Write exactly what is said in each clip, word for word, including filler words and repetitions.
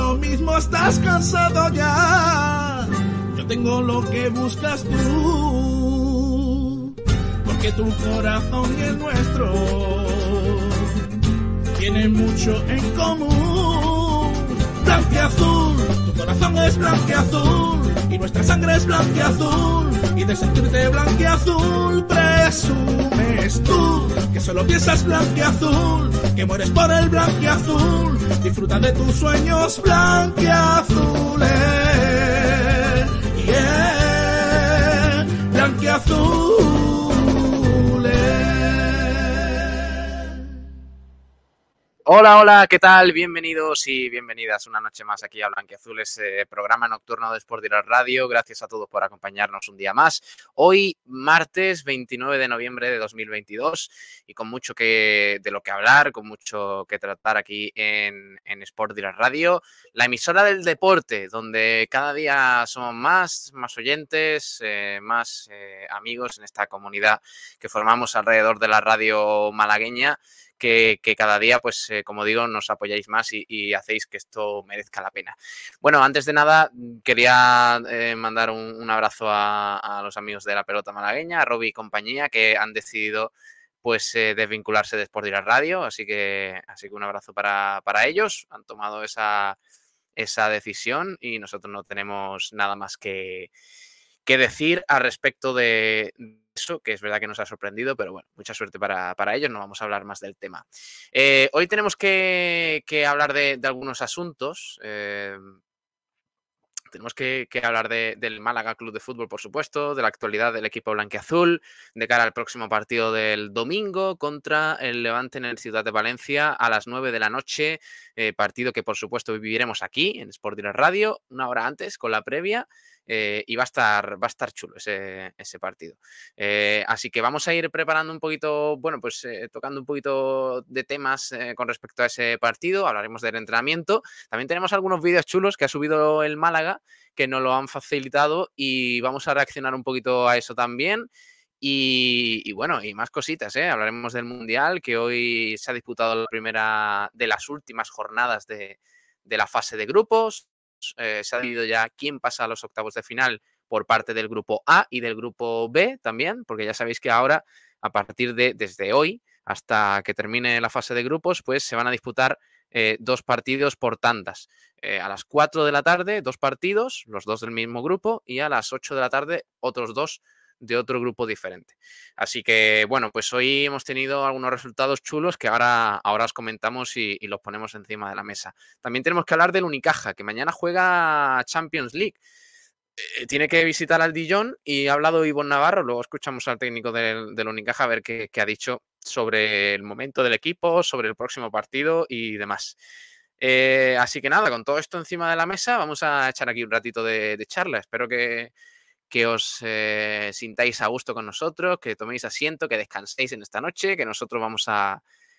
lo mismo, estás cansado ya. Yo tengo lo que buscas tú, porque tu corazón y el nuestro tienen mucho en común. Blanquiazul, tu corazón es blanquiazul y nuestra sangre es blanquiazul, y de sentirte blanquiazul presumes tú que solo piensas blanquiazul, que mueres por el blanquiazul. Disfruta de tus sueños blanquiazules, yeah, blanquiazules. Hola, hola, ¿qué tal? Bienvenidos y bienvenidas una noche más aquí a Blanquiazules, eh, programa nocturno de Sport Direct Radio. Gracias a todos por acompañarnos un día más. Hoy, martes veintinueve de noviembre de dos mil veintidós, y con mucho que, de lo que hablar, con mucho que tratar aquí en, en Sport Direct Radio, la emisora del deporte, donde cada día somos más, más oyentes, eh, más eh, amigos en esta comunidad que formamos alrededor de la radio malagueña. Que, que cada día, pues, eh, como digo, nos apoyáis más y, y hacéis que esto merezca la pena. Bueno, antes de nada, quería eh, mandar un, un abrazo a, a los amigos de la pelota malagueña, a Robbie y compañía, que han decidido, pues, eh, desvincularse de Sport Direct Radio, así que, así que un abrazo para, para ellos. Han tomado esa, esa decisión y nosotros no tenemos nada más que, que decir al respecto de eso, que es verdad que nos ha sorprendido, pero bueno, mucha suerte para, para ellos, no vamos a hablar más del tema. Eh, hoy tenemos que, que hablar de, de algunos asuntos. Eh, tenemos que, que hablar de, del Málaga Club de Fútbol, por supuesto, de la actualidad del equipo blanquiazul, de cara al próximo partido del domingo contra el Levante en el Ciudad de Valencia a las nueve de la noche, eh, partido que por supuesto viviremos aquí en Sport Direct Radio, una hora antes con la previa. Eh, y va a estar, va a estar chulo ese, ese partido. Eh, así que vamos a ir preparando un poquito, bueno, pues eh, tocando un poquito de temas eh, con respecto a ese partido. Hablaremos del entrenamiento. También tenemos algunos vídeos chulos que ha subido el Málaga, que nos lo han facilitado, y vamos a reaccionar un poquito a eso también. Y, y bueno, y más cositas, ¿eh? Hablaremos del Mundial, que hoy se ha disputado la primera de las últimas jornadas de, de la fase de grupos. Eh, se ha decidido ya quién pasa a los octavos de final por parte del grupo A y del grupo B también, porque ya sabéis que ahora, a partir de desde hoy hasta que termine la fase de grupos, pues se van a disputar eh, dos partidos por tandas. Eh, a las cuatro de la tarde, dos partidos, los dos del mismo grupo, y a las ocho de la tarde, otros dos de otro grupo diferente. Así que, bueno, pues hoy hemos tenido algunos resultados chulos que ahora, ahora os comentamos y, y los ponemos encima de la mesa. También tenemos que hablar del Unicaja, que mañana juega Champions League. Eh, tiene que visitar al Dijon y ha hablado Ivonne Navarro. Luego escuchamos al técnico del, del Unicaja a ver qué, qué ha dicho sobre el momento del equipo, sobre el próximo partido y demás. Eh, así que nada, con todo esto encima de la mesa, vamos a echar aquí un ratito de, de charla. Espero que, que os eh, sintáis a gusto con nosotros, que toméis asiento, que descanséis en esta noche, que nosotros vamos a,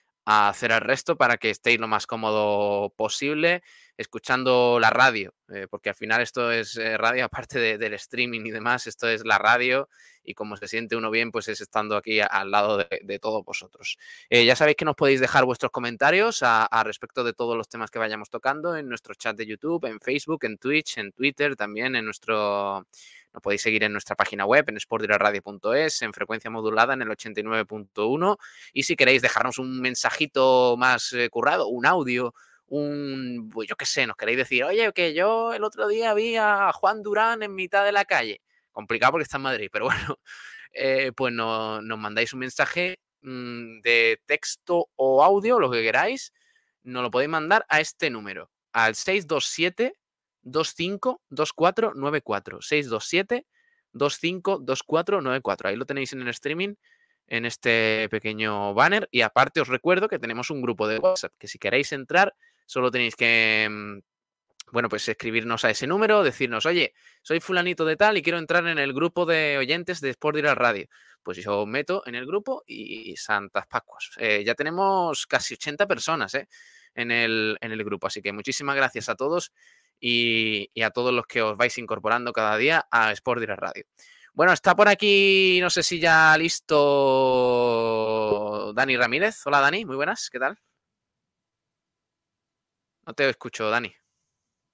a hacer el resto para que estéis lo más cómodo posible escuchando la radio, eh, porque al final esto es eh, radio, aparte de, del streaming y demás, esto es la radio, y como se siente uno bien, pues es estando aquí a, al lado de, de todos vosotros. Eh, ya sabéis que nos podéis dejar vuestros comentarios a, a respecto de todos los temas que vayamos tocando en nuestro chat de YouTube, en Facebook, en Twitch, en Twitter, también en nuestro... Nos podéis seguir en nuestra página web, en sport direct radio punto es, en frecuencia modulada en el ochenta y nueve punto uno. Y si queréis dejarnos un mensajito más eh, currado, un audio, un, pues yo qué sé, nos queréis decir, oye, que yo el otro día vi a Juan Durán en mitad de la calle. Complicado porque está en Madrid, pero bueno, eh, pues no, nos mandáis un mensaje mmm, de texto o audio, lo que queráis, nos lo podéis mandar a este número, al seis dos siete, dos cinco dos cuatro nueve cuatro, seis dos siete, dos cinco dos cuatro nueve cuatro. Ahí lo tenéis en el streaming, en este pequeño banner. Y aparte os recuerdo que tenemos un grupo de WhatsApp, que si queréis entrar, solo tenéis que, bueno, pues escribirnos a ese número, decirnos, oye, soy fulanito de tal y quiero entrar en el grupo de oyentes de Sport Direct Radio. Pues yo os meto en el grupo y santas pascuas. Eh, ya tenemos casi ochenta personas eh, en, el, en el grupo, así que muchísimas gracias a todos. Y, y a todos los que os vais incorporando cada día a Sport Direct Radio. Bueno, está por aquí, no sé si ya listo, Dani Ramírez. Hola, Dani, muy buenas, ¿qué tal? No te escucho, Dani.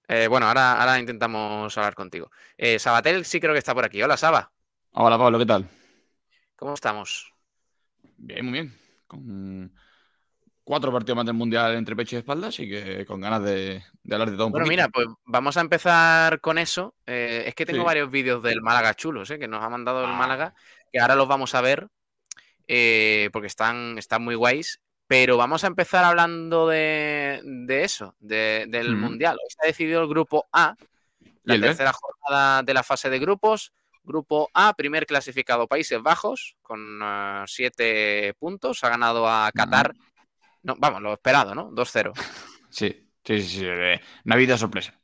Eh, bueno, ahora, ahora intentamos hablar contigo. Eh, Sabatel sí creo que está por aquí. Hola, Saba. Hola Pablo, ¿qué tal? ¿Cómo estamos? Bien, muy bien. Con cuatro partidos más del Mundial entre pecho y espalda, así que con ganas de, de hablar de todo un Bueno, poquito. mira, pues vamos a empezar con eso. Eh, es que tengo Sí. varios vídeos del Málaga chulos, eh, que nos ha mandado el Ah, Málaga, que ahora los vamos a ver eh, porque están, están muy guays. Pero vamos a empezar hablando de, de eso, de- del mm. Mundial. Hoy se ha decidido el grupo A, ¿Y la el B? tercera jornada de la fase de grupos. Grupo A, primer clasificado Países Bajos, con eh, siete puntos. Ha ganado a Mm. Qatar. No, vamos, lo esperado, ¿no? dos cero. Sí, sí, sí, sí. eh, No ha habido sorpresa.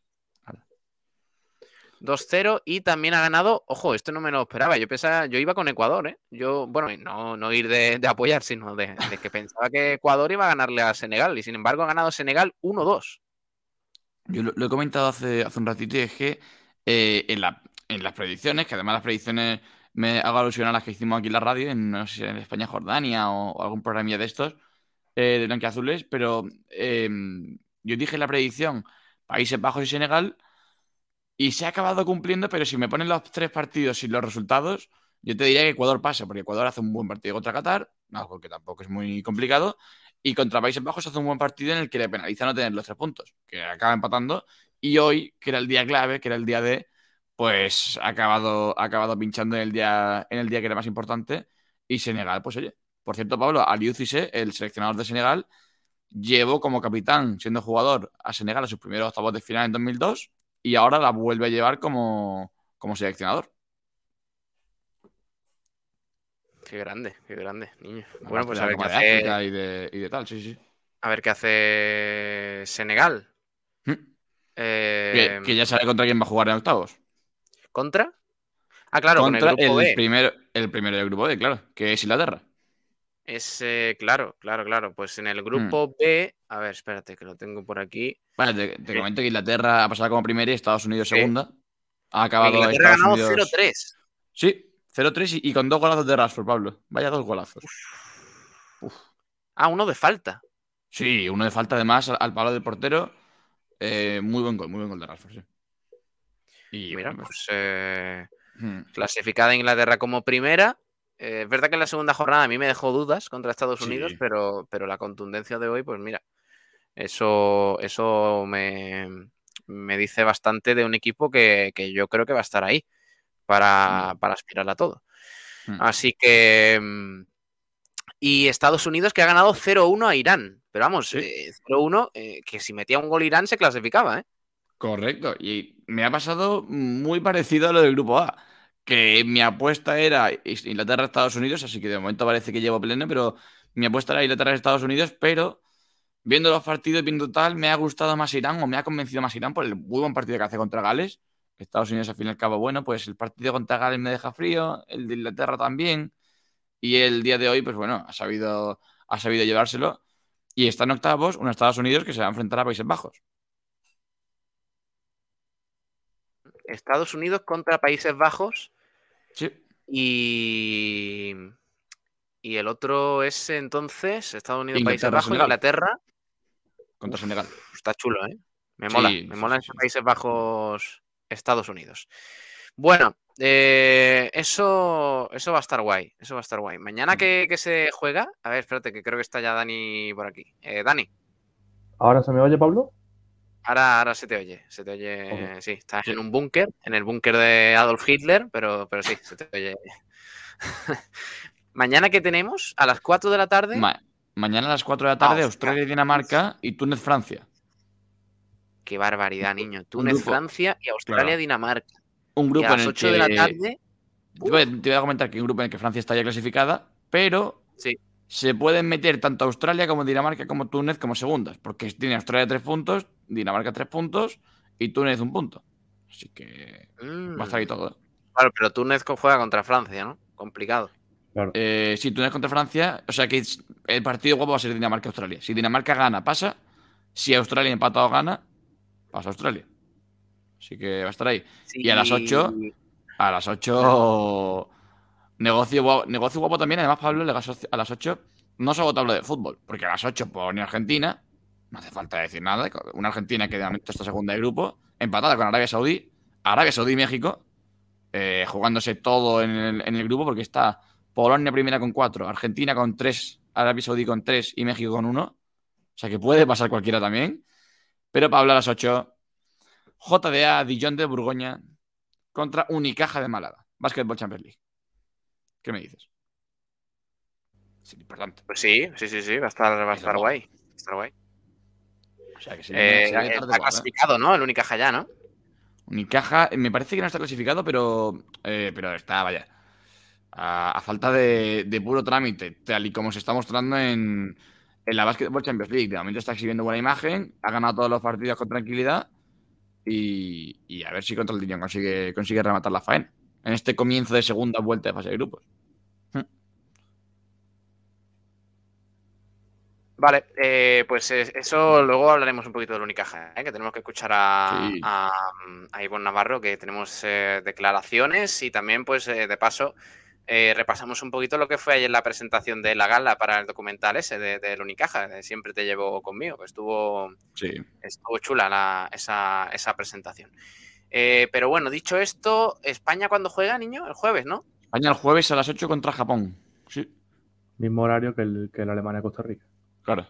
dos cero y también ha ganado, ojo, esto no me lo esperaba, yo pensaba, yo iba con Ecuador, ¿eh? Yo, bueno, no, no ir de, de apoyar, sino de, de que pensaba que Ecuador iba a ganarle a Senegal y sin embargo ha ganado Senegal uno dos. Yo lo, lo he comentado hace, hace un ratito y es que eh, en, la- en las predicciones, que además las predicciones me hago alusión a las que hicimos aquí en la radio, en, no sé si en España Jordania o, o algún programilla de estos, eh, de blanquiazules, pero eh, yo dije la predicción Países Bajos y Senegal. Y se ha acabado cumpliendo, pero si me ponen los tres partidos y los resultados, yo te diría que Ecuador pasa, porque Ecuador hace un buen partido contra Qatar, algo que tampoco es muy complicado, y contra Países Bajos hace un buen partido en el que le penaliza no tener los tres puntos, que acaba empatando, y hoy, que era el día clave, que era el día de, pues ha acabado, ha acabado pinchando en el día, en el día que era más importante, y Senegal, pues oye, por cierto, Pablo, Aliou Cissé, el seleccionador de Senegal, llevó como capitán, siendo jugador, a Senegal a sus primeros octavos de final en dos mil dos y ahora la vuelve a llevar como, como seleccionador. Qué grande, qué grande, niño. Bueno, Aparte pues de a la ver qué Copa de hace, África y de, y de tal, sí, sí. a ver qué hace Senegal. Mm. Que, Eh, que ya sabe contra quién va a jugar en octavos. ¿Contra? Ah, claro, con el Contra grupo el B. primero, el primero del grupo B, claro, que es Inglaterra. Es, eh, claro, claro, claro. Pues en el Mm. grupo B, a ver, espérate, que lo tengo por aquí. Vale, te, te Eh, comento que Inglaterra ha pasado como primera y Estados Unidos eh, segunda. Ha acabado Inglaterra ha Estados ganado cero Unidos. tres. Sí, cero tres y, y con dos golazos de Rashford, Pablo. Vaya dos golazos. Uf. Ah, uno de falta. Sí, uno de falta además al, al palo del portero. Eh, muy buen gol, muy buen gol de Rashford, sí. Y Mira, bueno, pues. pues eh, hmm, clasificada Inglaterra como primera. Eh, es verdad que en la segunda jornada a mí me dejó dudas contra Estados Unidos, sí. pero, pero la contundencia de hoy, pues mira, eso, eso me, me dice bastante de un equipo que, que yo creo que va a estar ahí para, Hmm, para aspirar a todo. hmm. Así que. mm, Y Estados Unidos que ha ganado cero uno a Irán. Pero vamos, Sí, eh, cero uno, eh, que si metía un gol Irán se clasificaba, ¿eh? correcto. Y me ha pasado muy parecido a lo del grupo A. Que mi apuesta era Inglaterra-Estados Unidos, así que de momento parece que llevo pleno, pero mi apuesta era Inglaterra-Estados Unidos, pero viendo los partidos, viendo tal, me ha gustado más Irán o me ha convencido más Irán por el muy buen partido que hace contra Gales. Estados Unidos, al fin y al cabo, bueno, pues el partido contra Gales me deja frío, el de Inglaterra también. Y el día de hoy, pues bueno, ha sabido, ha sabido llevárselo. Y está en octavos un Estados Unidos que se va a enfrentar a Países Bajos. Estados Unidos contra Países Bajos Sí, y, y el otro es entonces Estados Unidos, Países Bajos, Inglaterra-Senegal Inglaterra. contra Uf, Senegal. está chulo, ¿eh? Me mola, Sí, me sí, mola sí, ese sí. Países Bajos, Estados Unidos. Bueno, eh, eso, eso va a estar guay, eso va a estar guay. Mañana Mm. que, que se juega, a ver, espérate, que creo que está ya Dani por aquí. Eh, Dani. ¿Ahora se me oye, Pablo? Ahora, ahora se te oye, se te Ok. oye, sí, estás Sí. en un búnker, en el búnker de Adolf Hitler, pero, pero sí, se te oye. Mañana que tenemos a las cuatro de la tarde. Ma- mañana a las cuatro de la Ah, tarde, ostras. Australia y Dinamarca y Túnez-Francia. Qué barbaridad, niño. Un Túnez, grupo, Francia y Australia, claro, Dinamarca. un Y a grupo en las el ocho de la que tarde. te voy, a, te voy a comentar que hay un grupo en el que Francia está ya clasificada, pero Sí. se pueden meter tanto Australia como Dinamarca como Túnez como segundas, porque tiene Australia tres puntos, Dinamarca tres puntos y Túnez un punto. Así que va a estar ahí Mm, todo. claro, pero Túnez juega contra Francia, ¿no? Complicado. Claro. Eh, sí, Túnez contra Francia, o sea que el partido guapo va a ser Dinamarca-Australia. Si Dinamarca gana, pasa. Si Australia empata o gana, pasa Australia. Así que va a estar ahí. Sí. Y a las ocho, a las ocho, negocio guapo, negocio guapo también. Además, Pablo, a las ocho no solo te hablo de fútbol, porque a las ocho pone Argentina, no hace falta decir nada. Una Argentina que de momento está segunda de grupo, empatada con Arabia Saudí. Arabia Saudí y México, eh, jugándose todo en el, en el grupo, porque está Polonia primera con cuatro, Argentina con tres, Arabia Saudí con tres y México con uno. O sea que puede pasar cualquiera también. Pero para hablar a las ocho, J D A Dijon de Borgoña contra Unicaja de Málaga. Basketball Champions League. ¿Qué me dices? Es importante. Pues sí, sí, sí, sí, va a estar, va a estar guay. Va a estar guay. O sea que se viene, Eh, se viene tarde está igual, clasificado, ¿eh? ¿no? El Unicaja ya, ¿no? Unicaja, me parece que no está clasificado, pero, eh, pero está, vaya, a, a falta de, de puro trámite, tal y como se está mostrando en, en la Basketball Champions League. De momento está exhibiendo buena imagen, ha ganado todos los partidos con tranquilidad y, y a ver si contra el Dijon consigue, consigue rematar la faena en este comienzo de segunda vuelta de fase de grupos. Vale, eh, pues eso luego hablaremos un poquito del Unicaja, ¿eh? Que tenemos que escuchar a, Sí. a, a Ivonne Navarro, que tenemos eh, declaraciones y también, pues, eh, de paso, eh, repasamos un poquito lo que fue ayer la presentación de la gala para el documental ese del de, de Unicaja, de Siempre te llevo conmigo. Estuvo, Sí. estuvo chula la, esa, esa presentación. Eh, pero bueno, dicho esto, ¿España cuándo juega, niño? El jueves, ¿no? España el jueves a las ocho contra Japón. Sí. Mismo horario que el, que el Alemania-Costa Rica. Claro.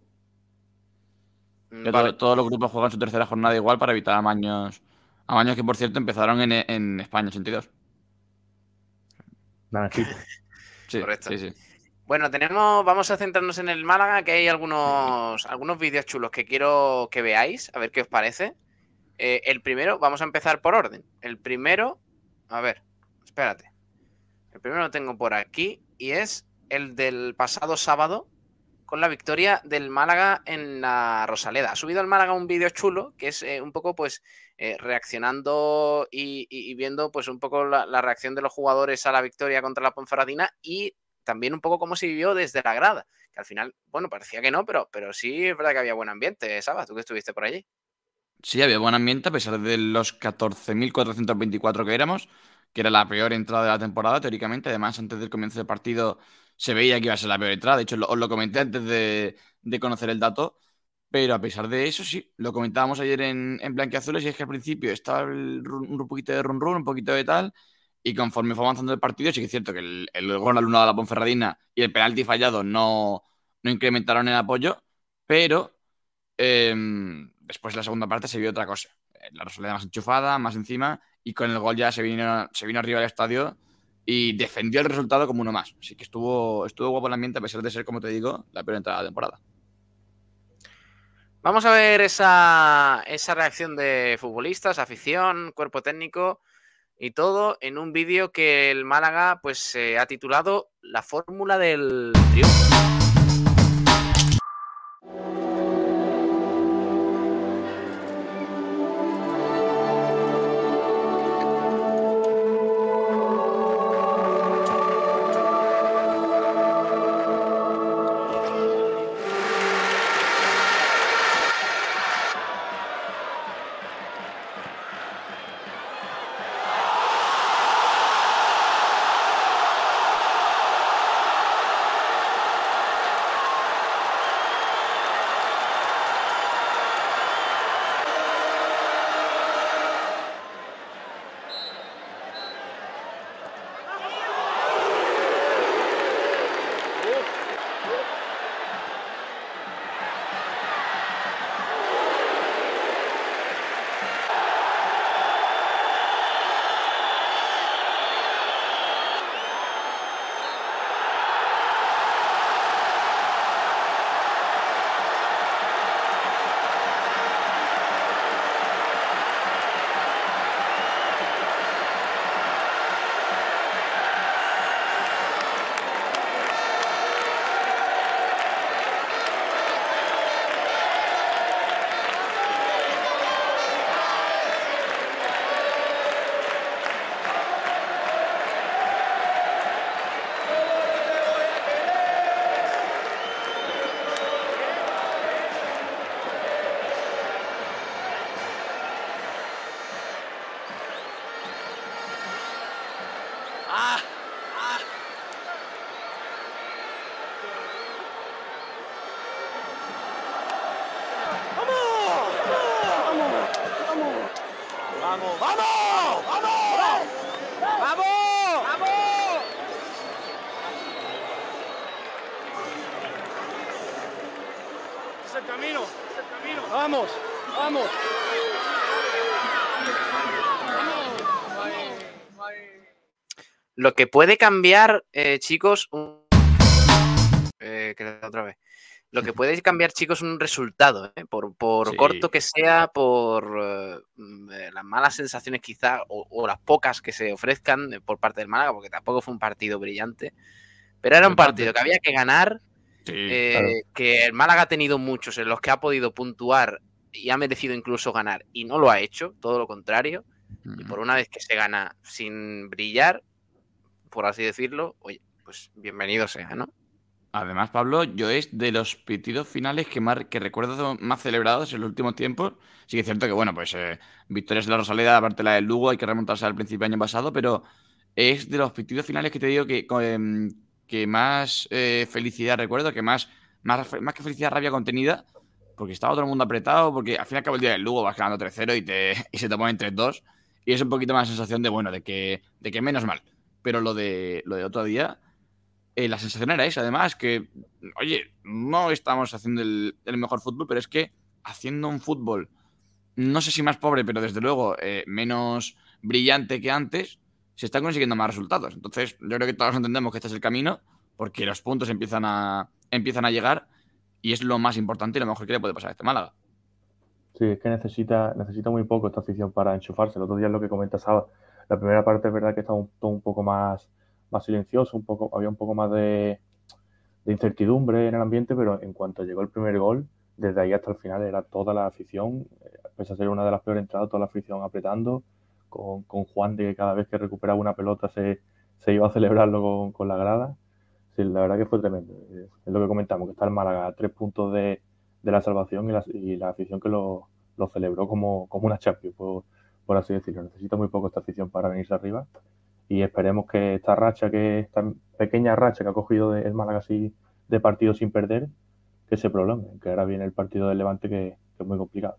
Mm, Ya vale. todo- todos los grupos juegan su tercera jornada igual para evitar amaños. Amaños que, por cierto, empezaron en, en España, ochenta y dos. Naranjito. Sí, Correcto. sí, sí. Bueno, tenemos, vamos a centrarnos en el Málaga, que hay algunos, algunos vídeos chulos que quiero que veáis, a ver qué os parece. Eh, el primero, vamos a empezar por orden. El primero, a ver, espérate. El primero lo tengo por aquí y es el del pasado sábado con la victoria del Málaga en la Rosaleda. Ha subido el Málaga un vídeo chulo que es eh, un poco pues eh, reaccionando y, y, y viendo pues un poco la, la reacción de los jugadores a la victoria contra la Ponferradina y también un poco cómo se vivió desde la grada. Que al final, bueno, parecía que no, pero, pero sí es verdad que había buen ambiente, ¿sabes? Tú que estuviste por allí. Sí, había buen ambiente a pesar de los catorce mil cuatrocientos veinticuatro que éramos, que era la peor entrada de la temporada, teóricamente. Además, antes del comienzo del partido se veía que iba a ser la peor entrada. De hecho, lo- os lo comenté antes de, de conocer el dato. Pero a pesar de eso, sí, lo comentábamos ayer en, en Blanquiazules y es que al principio estaba el run- un poquito de run run, un poquito de tal, y conforme fue avanzando el partido, sí que es cierto que el, el gol anulado a la Ponferradina y el penalti fallado no, no incrementaron el apoyo, pero eh, después de la segunda parte se vio otra cosa. La Rosaleda más enchufada, más encima, y con el gol ya se vino, se vino arriba del estadio y defendió el resultado como uno más. Así que estuvo, estuvo guapo el ambiente a pesar de ser, como te digo, la peor entrada de la temporada. Vamos a ver esa, esa reacción de futbolistas, afición, cuerpo técnico y todo en un vídeo que el Málaga pues se ha titulado La fórmula del triunfo. ¡Vamos! ¡Vamos! ¡Vamos! ¡Vamos! ¡Vamos! Es el camino, es el camino. ¡Vamos! ¡Vamos! Lo que puede cambiar, eh, chicos, un... eh, que otra vez. Lo que puede cambiar, chicos, un resultado, ¿eh? por, por Sí. corto que sea, por eh, las malas sensaciones quizá, o, o las pocas que se ofrezcan por parte del Málaga, porque tampoco fue un partido brillante, pero era un partido que había que ganar, Sí, eh, claro. que el Málaga ha tenido muchos en los que ha podido puntuar y ha merecido incluso ganar, y no lo ha hecho, todo lo contrario, y por una vez que se gana sin brillar, por así decirlo, oye, pues bienvenido sea, ¿no? Además, Pablo, yo es de los partidos finales que más que recuerdo más celebrados en los últimos tiempos. Sí que es cierto que, bueno, pues eh, victorias de la Rosaleda, aparte la del Lugo, hay que remontarse al principio del año pasado, pero es de los partidos finales que te digo que, eh, que más eh, felicidad recuerdo, que más, más, más que felicidad, rabia contenida, porque estaba todo el mundo apretado, porque al fin y al cabo el día del Lugo vas ganando tres cero y, te, y se te ponen tres dos, y es un poquito más la sensación de, bueno, de que, de que menos mal. Pero lo de, lo de otro día... Eh, la sensación era esa, además, que, oye, no estamos haciendo el, el mejor fútbol, pero es que haciendo un fútbol, no sé si más pobre, pero desde luego eh, menos brillante que antes, se están consiguiendo más resultados. Entonces, yo creo que todos entendemos que este es el camino, porque los puntos empiezan a, empiezan a llegar y es lo más importante y lo mejor que le puede pasar a este Málaga. Sí, es que necesita, necesita muy poco esta afición para enchufarse. El otro día es lo que comenta Saba. La primera parte es verdad que estaba un, todo un poco más, más silencioso, un poco, había un poco más de, de incertidumbre en el ambiente, pero en cuanto llegó el primer gol, desde ahí hasta el final era toda la afición, eh, pese a ser una de las peores entradas, toda la afición apretando, con, con Juan de que cada vez que recuperaba una pelota se, se iba a celebrarlo con, con la grada. Sí, la verdad que fue tremendo. Es lo que comentamos, que está el Málaga a tres puntos de, de la salvación y la, y la afición que lo, lo celebró como, como una Champions, por, por así decirlo. Necesita muy poco esta afición para venirse arriba y esperemos que esta racha, que esta pequeña racha que ha cogido el Málaga así de partido sin perder, que se prolongue, que ahora viene el partido del Levante que, que es muy complicado.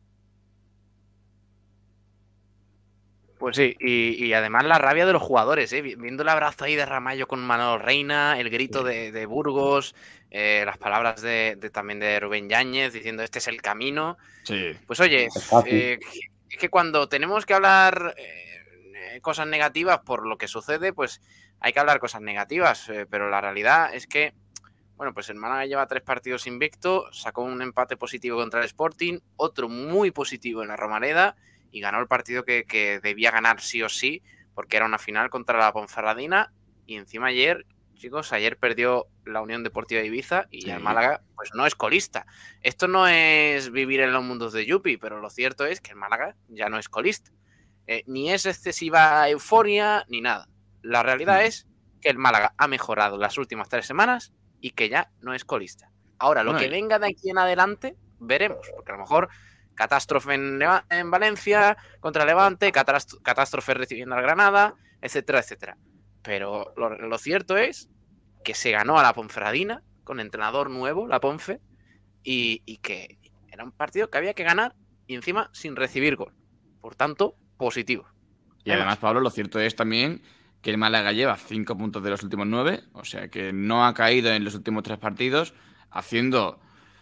Pues sí, y, y además la rabia de los jugadores, ¿eh? Viendo el abrazo ahí de Ramallo con Manolo Reina, el grito de, de Burgos, eh, las palabras de, de también de Rubén Yáñez diciendo este es el camino. Sí. Pues oye, eh, es que cuando tenemos que hablar eh, cosas negativas por lo que sucede, pues hay que hablar cosas negativas, eh, pero la realidad es que, bueno, pues el Málaga lleva tres partidos invicto, sacó un empate positivo contra el Sporting, otro muy positivo en la Romareda, y ganó el partido que, que debía ganar sí o sí, porque era una final contra la Ponferradina, y encima ayer, chicos, ayer perdió la Unión Deportiva de Ibiza y sí. El Málaga pues no es colista. Esto no es vivir en los mundos de Yupi, pero lo cierto es que el Málaga ya no es colista. Eh, ni es excesiva euforia, ni nada. La realidad sí. es que el Málaga ha mejorado las últimas tres semanas y que ya no es colista. Ahora, lo bueno, que venga de aquí en adelante, veremos, porque a lo mejor... Catástrofe en, Leva- en Valencia contra Levante, catast- catástrofe recibiendo al Granada, etcétera, etcétera. Pero lo, lo cierto es que se ganó a la Ponferradina con entrenador nuevo, la Ponfe, y, y que era un partido que había que ganar y encima sin recibir gol. Por tanto, positivo. Y además, Pablo, lo cierto es también que el Málaga lleva cinco puntos de los últimos nueve, o sea que no ha caído en los últimos tres partidos, haciendo...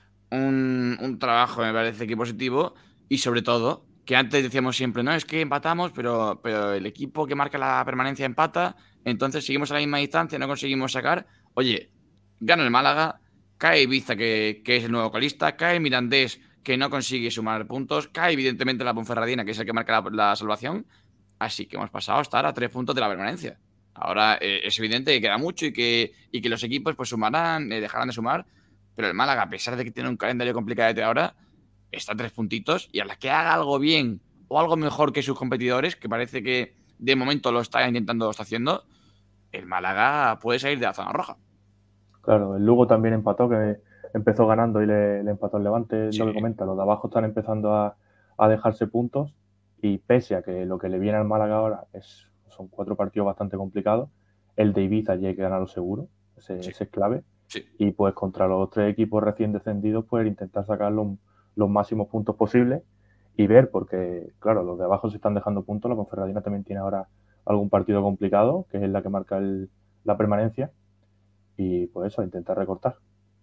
Un, un trabajo, me parece que positivo, y sobre todo, que antes decíamos siempre, no, es que empatamos, pero, pero el equipo que marca la permanencia empata, entonces seguimos a la misma distancia, no conseguimos sacar. Oye, gana el Málaga, cae Ibiza, que, que es el nuevo colista, cae el Mirandés, que no consigue sumar puntos, cae evidentemente la Ponferradina, que es el que marca la, la salvación, así que hemos pasado a estar a tres puntos de la permanencia. Ahora eh, es evidente que queda mucho y que, y que los equipos pues sumarán, eh, dejarán de sumar. Pero el Málaga, a pesar de que tiene un calendario complicado de ahora, está a tres puntitos y a la que haga algo bien o algo mejor que sus competidores, que parece que de momento lo está intentando, lo está haciendo, el Málaga puede salir de la zona roja. Claro, el Lugo también empató, que empezó ganando y le, le empató el Levante, Sí. Lo que comenta, los de abajo están empezando a, a dejarse puntos y pese a que lo que le viene al Málaga ahora es, son cuatro partidos bastante complicados, el de Ibiza ya hay que ganarlo seguro, ese, Sí. ese es clave. Sí. Y pues contra los tres equipos recién descendidos, pues intentar sacar los, los máximos puntos posibles y ver, porque claro, los de abajo se están dejando puntos, la Ponferradina también tiene ahora algún partido complicado, que es la que marca el, la permanencia, y pues eso, intentar recortar.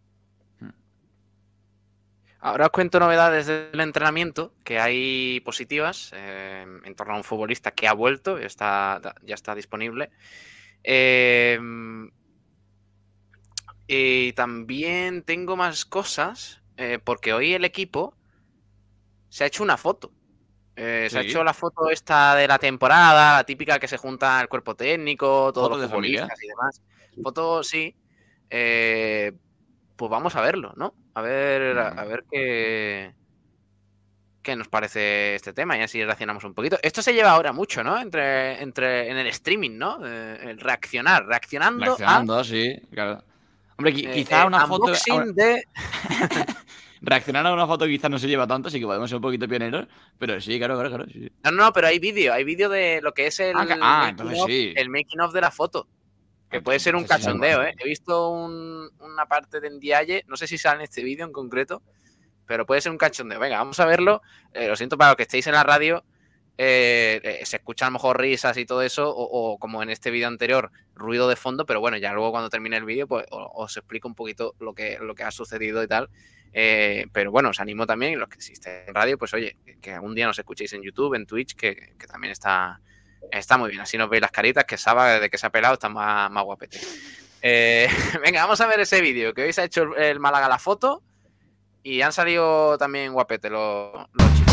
Ahora os cuento novedades del entrenamiento, que hay positivas eh, en torno a un futbolista que ha vuelto, está, ya está disponible. Eh, y también tengo más cosas, eh, porque hoy el equipo se ha hecho una foto. Eh, Sí. Se ha hecho la foto esta de la temporada, la típica que se junta el cuerpo técnico, todos ¿Foto los de familia? futbolistas y demás. Foto, sí. Eh, pues vamos a verlo, ¿no? A ver, a, a ver qué, qué nos parece este tema y así reaccionamos un poquito. Esto se lleva ahora mucho, ¿no? Entre, entre en el streaming, ¿no? Eh, el reaccionar, reaccionando, Reaccionando, a sí, claro. Hombre, qui- eh, quizá eh, una foto... unboxing ahora- de... Reaccionar a una foto quizás no se lleva tanto, así que podemos ser un poquito pioneros, pero sí, claro, claro, claro. Sí. No, no, pero hay vídeo, hay vídeo de lo que es el, Ah, ca- ah, making entonces of, sí. el making of de la foto. Que Ah, puede ser un entonces sí, cachondeo, bueno. ¿eh? He visto un- una parte de Ndiaye, no sé si sale en este vídeo en concreto, pero puede ser un cachondeo. Venga, vamos a verlo. Eh, lo siento para los que estéis en la radio, eh, eh, se escuchan a lo mejor risas y todo eso, o, o como en este vídeo anterior, ruido de fondo, pero bueno, ya luego cuando termine el vídeo, pues os, os explico un poquito lo que, lo que ha sucedido y tal. Eh, pero bueno, os animo también, los que estéis en radio, pues oye, que, que algún día nos escuchéis en YouTube, en Twitch, que, que también está, está muy bien. Así nos veis las caritas, que Saba, desde que se ha pelado, está más, más guapete. Eh, venga, vamos a ver ese vídeo, que hoy se ha hecho el, el Málaga la foto y han salido también guapete los, los chicos.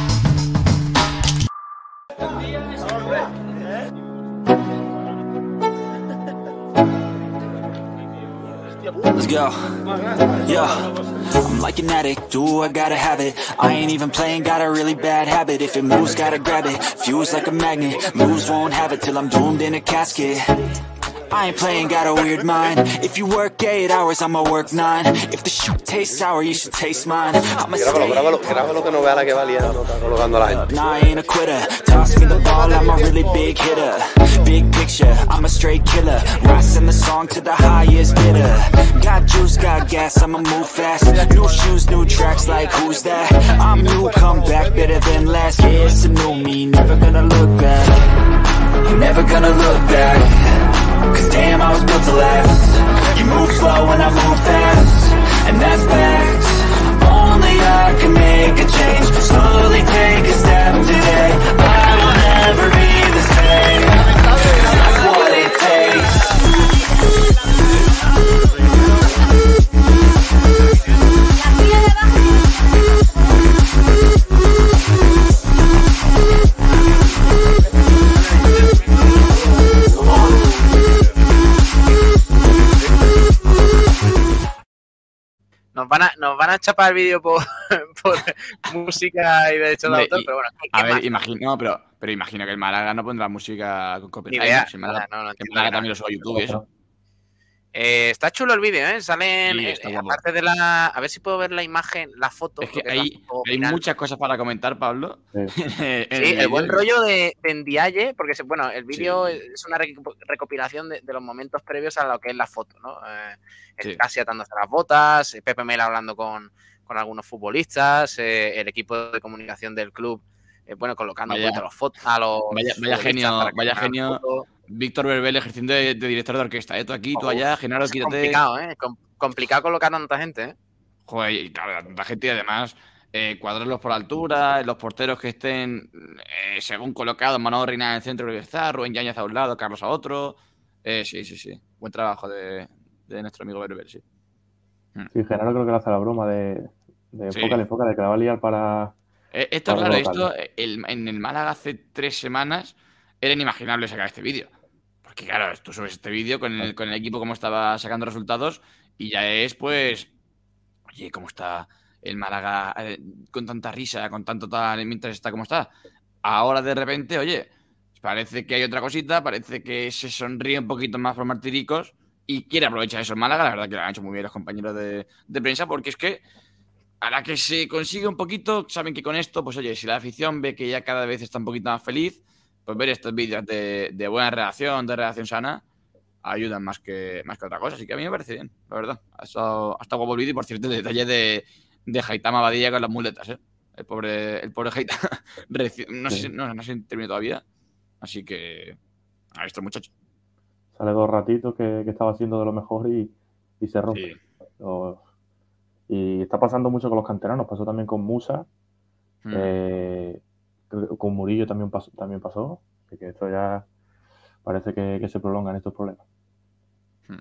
Let's go. Yeah. I'm like an addict, do I gotta have it. I ain't even playing, got a really bad habit. If it moves, gotta grab it. Fuse like a magnet, moves won't have it till I'm doomed in a casket. I ain't playing, got a weird mind. If you work eight hours, I'ma work nine. If the shit tastes sour, you should taste mine. I'ma Grábalo, grábalo, grábalo que no vea la que valía, no está colocando a la gente. Nah, I ain't a quitter. Toss me the ball, I'm a really big hitter. Big picture, I'm a straight killer. Rising the song to the highest bidder. Got juice, got gas, I'ma move fast. New shoes, new tracks, like who's that? I'm new, come back, better than last. Yeah, it's a new me, never gonna look back. I'm never gonna look back. Cause damn, I was built to last. You move slow and I move fast, and that's facts. Only I can make a change. Slowly take a step today. I will never be the same. That's what it takes. Nos van a, nos van a chapar el vídeo por, por música y derechos de Hombre, autor, y- pero bueno, ¿qué, A qué ver, más? imagino, no, pero, pero imagino que el Málaga no pondrá música con Ni copyright. idea, ¿no? Si el Málaga, nada, no, no que el entiendo Málaga nada. también lo sube a YouTube y eso. Eh, está chulo el vídeo, ¿eh? Salen, Sí, eh, está eh, guapo. aparte de la... A ver si puedo ver la imagen, la foto. Es que lo es la hay, foto hay final. muchas cosas para comentar, Pablo. Sí. en Sí, el vídeo. buen rollo de, de Ndiaye, porque se- bueno, el vídeo Sí. es una reco- recopilación de, de los momentos previos a lo que es la foto, ¿no? Eh, el Sí. Casi atándose las botas, eh, Pepe Mel hablando con, con algunos futbolistas, eh, el equipo de comunicación del club, eh, bueno, colocando Vaya- un poquito a los, fot- a los vaya- vaya futbolistas genio- para que vaya hagan genio. foto. Víctor Verbel ejerciendo de, de director de orquesta. ¿eh? Tú aquí, tú Ojo, allá, Genaro, Es quítate. complicado, ¿eh? Com- complicado colocar tanta gente, ¿eh? Joder, y claro, tanta gente y además eh, cuadrarlos por altura, los porteros que estén eh, según colocados, Manolo Reina en el centro creo que está, Rubén Yáñez a un lado, Carlos a otro. Eh, sí, sí, sí. Buen trabajo de, de nuestro amigo Berbel, sí. Sí, Genaro creo que le hace la broma de, de Sí. enfócale, enfócale, que la va a liar para... Eh, esto, Para claro, colocarlo. esto eh, el- en el Málaga hace tres semanas era inimaginable sacar este vídeo. Porque claro, tú subes este vídeo con el, con el equipo como estaba sacando resultados y ya es pues, oye, ¿cómo está el Málaga eh, con tanta risa, con tanto tal, mientras está como está? Ahora de repente, oye, parece que hay otra cosita, parece que se sonríe un poquito más por Martiricos y quiere aprovechar eso en Málaga. La verdad que lo han hecho muy bien los compañeros de, de prensa porque es que a la que se consigue un poquito, saben que con esto, pues oye, si la afición ve que ya cada vez está un poquito más feliz, pues ver estos vídeos de, de buena relación, de relación sana, ayudan más que, más que otra cosa. Así que a mí me parece bien, la verdad. Ha estado, ha estado guapo el vídeo y, por cierto, el detalle de, de Haitama Badilla con las muletas, ¿eh? El pobre, el pobre Heita reci- no, sé, Sí. si- no, no sé si terminó todavía. Así que a este muchacho. Sale dos ratitos que, que estaba haciendo de lo mejor y, y se rompe. Sí. O- y está pasando mucho con los canteranos. Pasó también con Musa. Mm. eh, creo que con Murillo también pasó. También pasó. Así que esto ya parece que, que se prolongan estos problemas. Mm.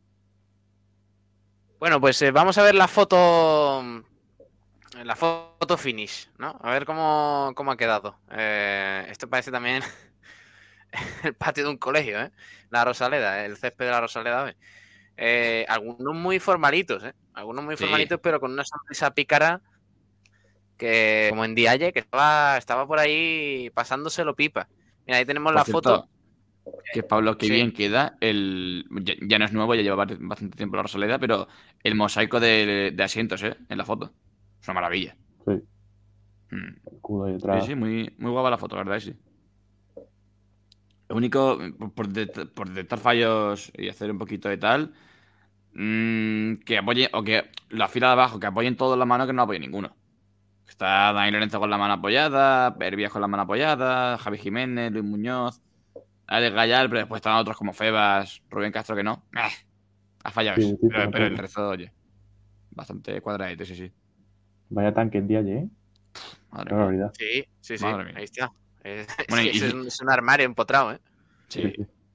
Bueno, pues eh, vamos a ver la foto. La foto finish, ¿no? A ver cómo, cómo ha quedado. Eh, esto parece también el patio de un colegio, ¿eh? La Rosaleda, el césped de la Rosaleda. ¿ves? Eh, algunos muy formalitos, ¿eh? Algunos muy Sí. formalitos, pero con una sonrisa pícara que, como en Dialle, que estaba, estaba por ahí pasándoselo pipa. Mira, ahí tenemos Por la cierto, foto. que Pablo, qué Sí. bien queda el. Ya, ya no es nuevo, ya lleva bast- bastante tiempo la Rosaleda, pero el mosaico de, de asientos, ¿eh? En la foto. Es una maravilla. Sí, Mm. el escudo ahí Sí, detrás. sí, muy, muy guapa la foto, la verdad, sí. Lo único, por, por, det- por detectar fallos y hacer un poquito de tal, mm, que apoye, o que la fila de abajo, que apoyen todos la mano, que no apoye ninguno. Está Dani Lorenzo con la mano apoyada, Hervías con la mano apoyada, Javi Jiménez, Luis Muñoz, Alex Gallal, pero después están otros como Febas, Rubén Castro, que no. Eh, ha fallado Sí, eso. sí, Pero, pero pero el poco. resto, oye, bastante cuadradito, sí, sí. Vaya tanque en Dialle, ¿eh? Madre Qué mía. barbaridad. Sí, sí, sí. Madre mía. Ahí está. Es, Bueno, es que y- es, un, es un armario empotrado, ¿eh? Sí,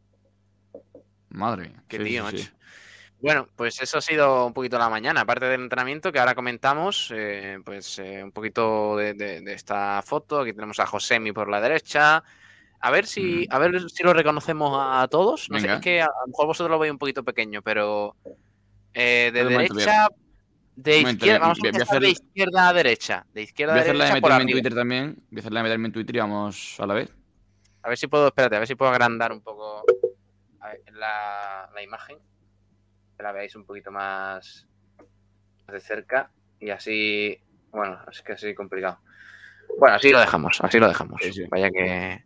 madre mía. Qué Sí, tío, sí, macho. sí. Bueno, pues eso ha sido un poquito la mañana. Aparte del entrenamiento que ahora comentamos, eh, pues eh, un poquito de, de- de esta foto. Aquí tenemos a Josemi por la derecha. A ver si, Mm. a ver si lo reconocemos a todos. No sé, Venga. es que a, a lo mejor vosotros lo veis un poquito pequeño, pero eh, de Un momento, voy a- derecha, de un momento, izquierda, voy a- vamos a voy a empezar hacer- de izquierda a derecha. De izquierda Voy a a hacerla de derecha por meterme en arriba. Twitter también. Voy a hacerla de meterme en Twitter y vamos a la vez. A ver si puedo, espérate, a ver si puedo agrandar un poco a ver, la, la imagen. Que la veáis un poquito más, más de cerca. Y así, bueno, es que así complicado. Bueno, así lo dejamos, así lo dejamos. Sí, sí. Vaya que,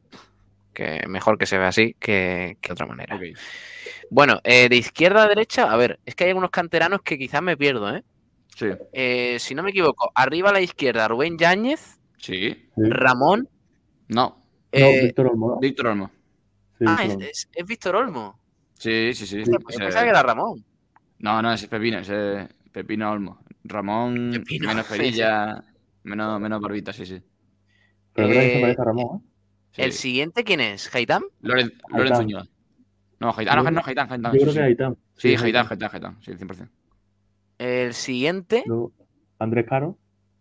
que mejor que se vea así que, que otra manera. Ok. Bueno, eh, de izquierda a derecha, a ver, es que hay algunos canteranos que quizás me pierdo, ¿eh? Sí. Eh, si no me equivoco, arriba a la izquierda, Rubén Yáñez, Sí. Sí. Ramón. No. No, eh, Víctor Olmo. ¿no? Víctor Olmo. Sí, ah, Víctor es, Olmo. es- es Víctor Olmo. Sí, sí, sí. Hostia, pues yo Ese- pensaba que era Ramón. No, no, ese es Pepino, ese es Pepino Olmo. Ramón, Pepino, menos sí, perilla, menos, menos barbita, sí, sí. Pero es verdad que se Eh, parece a Ramón, ¿eh? Sí. ¿El siguiente quién es? ¿Gaitam? Loren, Lorenzo Haitán. Uñoa. No, Haitán, ah, no, no, Haitán, Haitán. Yo sí, creo sí. que Haitán. Sí, es Haitán, Haitán, Haitán, sí, cien por ciento. ¿El siguiente? Luego, Andrés Caro.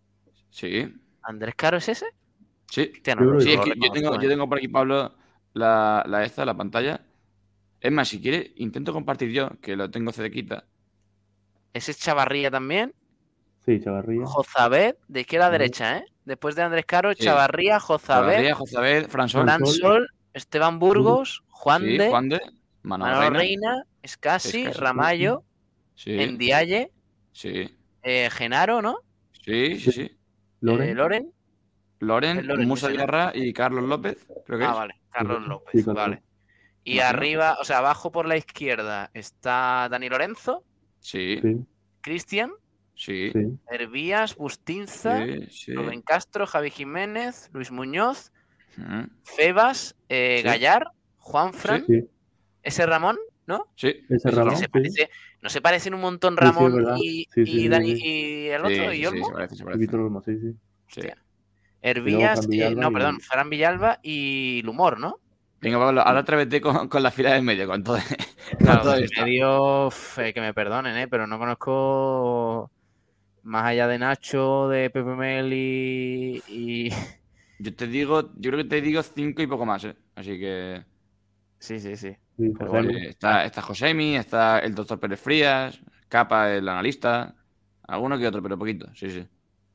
Sí, ¿Andrés Caro es ese? sí. Hostia, Yo no, creo no, Sí, que es no que lo yo tengo, reconozco, yo ¿eh? tengo por aquí, Pablo, la, la esta, la pantalla. Es más, si quieres, intento compartir yo, que lo tengo cerquita. Ese es Chavarría también. Sí, Chavarría. Jozabed, de izquierda a Ujú. derecha, ¿eh? Después de Andrés Caro, Sí. Chavarría, Jozabed, Chavarría, Josabed, Fransol. Fran Sol. Sol, Esteban Burgos, Juan Sí, de, Juan de, Manolo Manolo Reina. Reina, Escasi, Escasi. Ramallo, Sí, Endiaye, sí, eh, Genaro, ¿no? sí, sí, sí. Loren. Eh, Loren. Loren, Es Loren Musa ese, ¿no? Guerra y Carlos López, creo que Ah, es. vale. Carlos Sí, López, Carlos vale. López. Y Imagino. arriba, o sea, abajo por la izquierda está Dani Lorenzo, Sí, Sí, Cristian, sí, sí. Hervías, Bustinza, sí, sí. Rubén Castro, Javi Jiménez, Luis Muñoz, Mm, Febas, eh, Sí. Gallar, Juanfran, Sí, ese Ramón, ¿no? Sí, ese ese Que Ramón. se Sí. parece, ¿no se parecen un montón Sí, sí, es Ramón verdad. y, Sí, y sí, sí, Dani sí. y el Sí, otro, sí, y sí, Olmo? se parece, se Y parece. Víctor Olmo, sí, sí. Sí. Hostia. luego Hervías, Fran eh, Villalba no, y- perdón, Fran Villalba y Lumor, ¿no? Venga, Pablo, ahora otra vez con, con la fila del medio, con todo, con Claro, todo en esto. medio, uf, eh, que me perdonen, ¿eh? Pero no conozco más allá de Nacho, de Pepe Mel y, y... Yo te digo, yo creo que te digo cinco y poco más, ¿eh? Así que Sí, sí, sí. Sí, Pero José bueno. Luis. eh, está, está Josemi, está el doctor Pérez Frías, Capa, el analista, alguno que otro, pero poquito, sí, sí.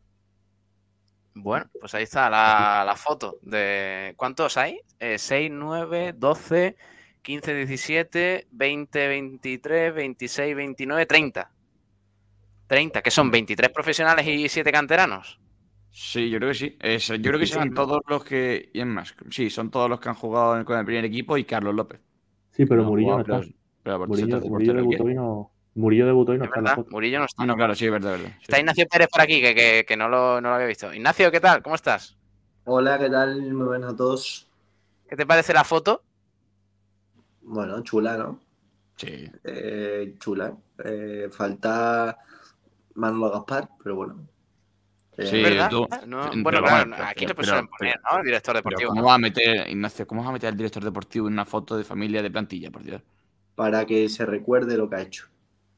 Bueno, pues ahí está la, la foto de... ¿Cuántos hay? Eh, seis, nueve, doce, quince, diecisiete, veinte, veintitrés, veintiséis, veintinueve, treinta. treinta, que son veintitrés profesionales y siete canteranos. Sí, yo creo que sí. Es- yo creo que Sí, serán ¿no? todos los que. Y es más, sí, son todos los que han jugado con el primer equipo y Carlos López. Sí, pero No ha Murillo no jugado, está. pero, pero por Murillo, tercer Murillo portero, ¿quién? debutó y no, Murillo debutó y no Es está en la verdad, foto. Murillo no está. Ah, no, claro, sí, es verdad, es verdad. Está Sí. Ignacio Pérez por aquí, que, que, que no, lo, no lo había visto. Ignacio, ¿qué tal? ¿Cómo estás? Hola, ¿qué tal? Muy buenas a todos. ¿Qué te parece la foto? Bueno, chula, ¿no? Sí. Eh, chula. Eh, falta Manolo Gaspar, pero bueno. Eh, Sí, ¿Es verdad? tú- No, pero bueno, ¿cómo? claro, Pero- aquí pero- se pues suelen pero- poner, ¿no? El director Pero deportivo. ¿cómo va a meter, Ignacio, cómo vas a meter al director deportivo en una foto de familia de plantilla, por Dios? Para que se recuerde lo que ha hecho.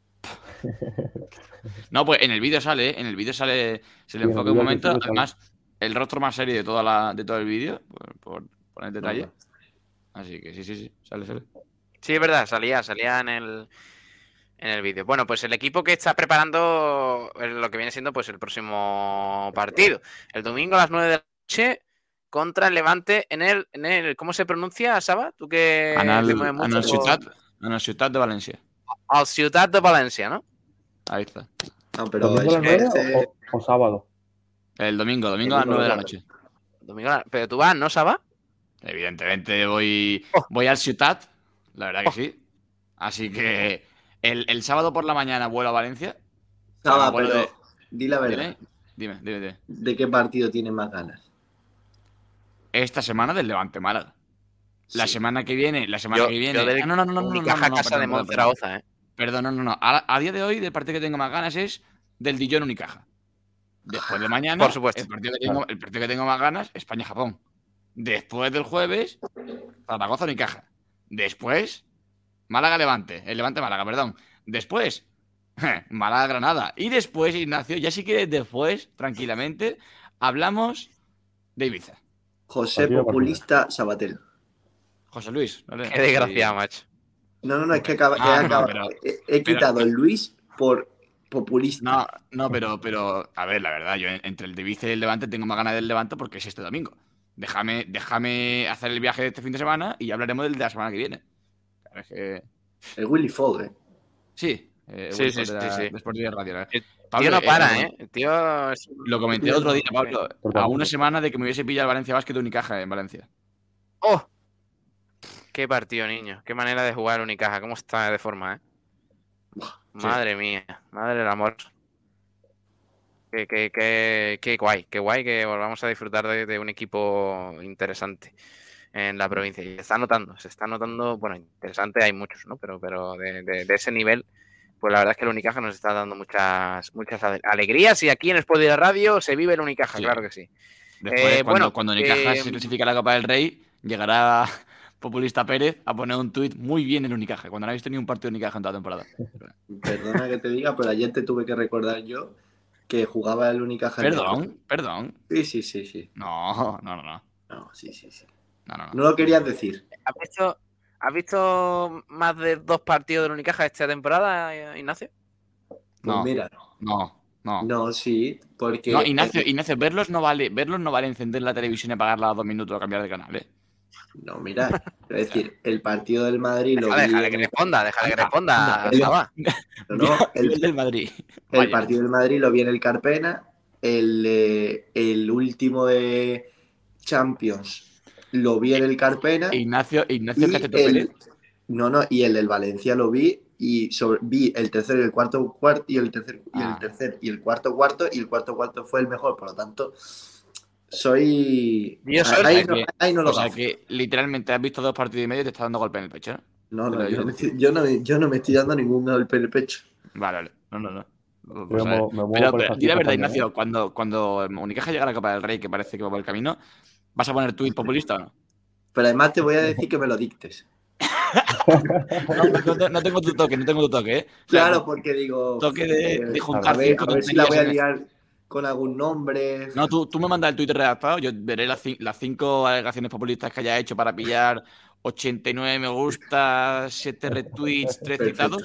No, pues en el vídeo sale, ¿eh? En el vídeo sale, se le Sí, en el enfoca un vídeo al momento, principio sale. además, el rostro más serio de toda la, de todo el vídeo, por, por poner detalle. Ajá. Así que sí, sí, sí, sale, sale. Sí, es verdad, salía, salía en el, en el vídeo. Bueno, pues el equipo que está preparando lo que viene siendo pues el próximo partido. El domingo a las nueve de la noche contra el Levante en el, en el ¿cómo se pronuncia, Saba? Tú que Anal, te mueves mucho Anal por- Ciutat, Anal Ciutat de Valencia. al Ciutat de Valencia, ¿no? Ahí está. No, pero ¿Domingo a las es que nueve este- o, o sábado? El domingo, domingo a las Domingo nueve de la por la noche. Domingo, a la- pero tú vas, ¿no, Saba? Evidentemente voy, Oh. voy al Ciutat, la verdad que Oh. sí. Así que el, el sábado por la mañana vuelo a Valencia. Saba, Bueno, pero de- di la verdad. Dime, dime, dime, dime. ¿De qué partido tienes más ganas? Esta semana del Levante Málaga. La Sí. semana que viene, la semana Yo, que viene. yo del Ah, no, no, no, no, no, no, Unicaja no, Casa perdón, de perdón, Monzaragoza, ¿eh? Perdón, no, no, no. A, a día de hoy, del partido que tengo más ganas es del Dijon Unicaja. Después de mañana, Por supuesto. El partido, que tengo, el partido que tengo más ganas, España-Japón. Después del jueves, Zaragoza Unicaja. Después, Málaga-Levante. El Levante-Málaga, perdón. Después, Málaga-Granada. Y después, Ignacio, ya si quieres después, tranquilamente, hablamos de Ibiza. José Partido a Populista Sabatel. José Luis. ¿vale? Qué desgraciado, Sí. macho. No, no, no, es que acaba, Ah, he, no, acaba- pero- he- he pero- quitado el Luis por populista. No, no, pero, pero, a ver, la verdad, yo entre el de Ibiza y el Levante tengo más ganas del Levante porque es este domingo. Déjame, déjame hacer el viaje de este fin de semana y ya hablaremos del de la semana que viene. Claro, es que... El Willy Fogg, ¿eh? Sí, eh, Sí, Wilford sí, de la- sí, sí. de Sport Direct Radio. El Pablo, Tío no eh, para, lo- ¿eh? El tío es- Lo comenté el otro día, Pablo, Por a favor. una semana de que me hubiese pillado el Valencia Basket de Unicaja en Valencia. ¡Oh! Qué partido, niño. Qué manera de jugar Unicaja. ¿Cómo está de forma, eh? Madre mía. Madre del amor. Qué, qué, qué, qué guay. Qué guay que volvamos a disfrutar de, de un equipo interesante en la provincia. Y se está notando. Se está notando... Bueno, interesante hay muchos, ¿no? Pero, pero de, de- de ese nivel, pues la verdad es que el Unicaja nos está dando muchas, muchas ale- alegrías. Y aquí en Sport Direct Radio se vive el Unicaja, Sí. claro que sí. Después, Eh, cuando, bueno, cuando Unicaja eh, se clasifica a la Copa del Rey, llegará Populista Pérez a poner un tuit muy bien en Unicaja, cuando no ha visto ni un partido de Unicaja en toda la temporada. Perdona que te diga, pero ayer te tuve que recordar yo que jugaba el Unicaja. Perdón, perdón. Sí, sí, sí, sí. No, no, no, no. No, sí, sí, sí. No, no, no. No lo querías decir. ¿Has visto, ¿Has visto más de dos partidos del Unicaja esta temporada, eh, Ignacio? Pues No. mira, No, no. no, sí, porque. No, Ignacio, Ignacio, verlos no vale, verlos no vale encender la televisión y apagarla a dos minutos o cambiar de canal, ¿eh? No, mira, es decir, el partido del Madrid lo Déjale, vi déjale en que el- responda, déjale que Anda, responda, anda. Saba. no, no, el el, del Madrid. el Vaya. partido del Madrid lo vi en el Carpena, el, eh, el último de Champions lo vi en el Carpena Ignacio, Ignacio y Cacheto el, Pérez. no, no, y el del Valencia lo vi y sobre, vi el tercero y el cuarto cuarto y el tercer y Ah. el tercer y el cuarto cuarto y el cuarto cuarto fue el mejor, por lo tanto soy Yo soy- ahí, o sea no, que- ahí no lo O sea gafo. que literalmente has visto dos partidos y medio y te está dando golpe en el pecho, ¿no? No, no, Pero yo yo- no, me estoy, yo, no, me- yo no me estoy dando ningún golpe en el pecho. Vale, vale. No, no, no. Pues, Yo a me- ver. me muevo pero, por pero esa di la cifra verdad, también, Ignacio, cuando, cuando Unicaja llega a la Copa del Rey, que parece que va por el camino, ¿vas a poner tuit populista o no? Pero además te voy a decir que me lo dictes. No, no, te- no tengo tu toque, no tengo tu toque, ¿eh? O sea, Claro, porque digo. toque de- eh, de juntar a ver, cinco a ver si la voy a tonterías en liar con algún nombre. No, tú, tú me mandas el Twitter redactado, yo veré las, cin- las cinco alegaciones populistas que haya hecho para pillar ochenta y nueve me gustas, siete retweets, tres Perfecto. citados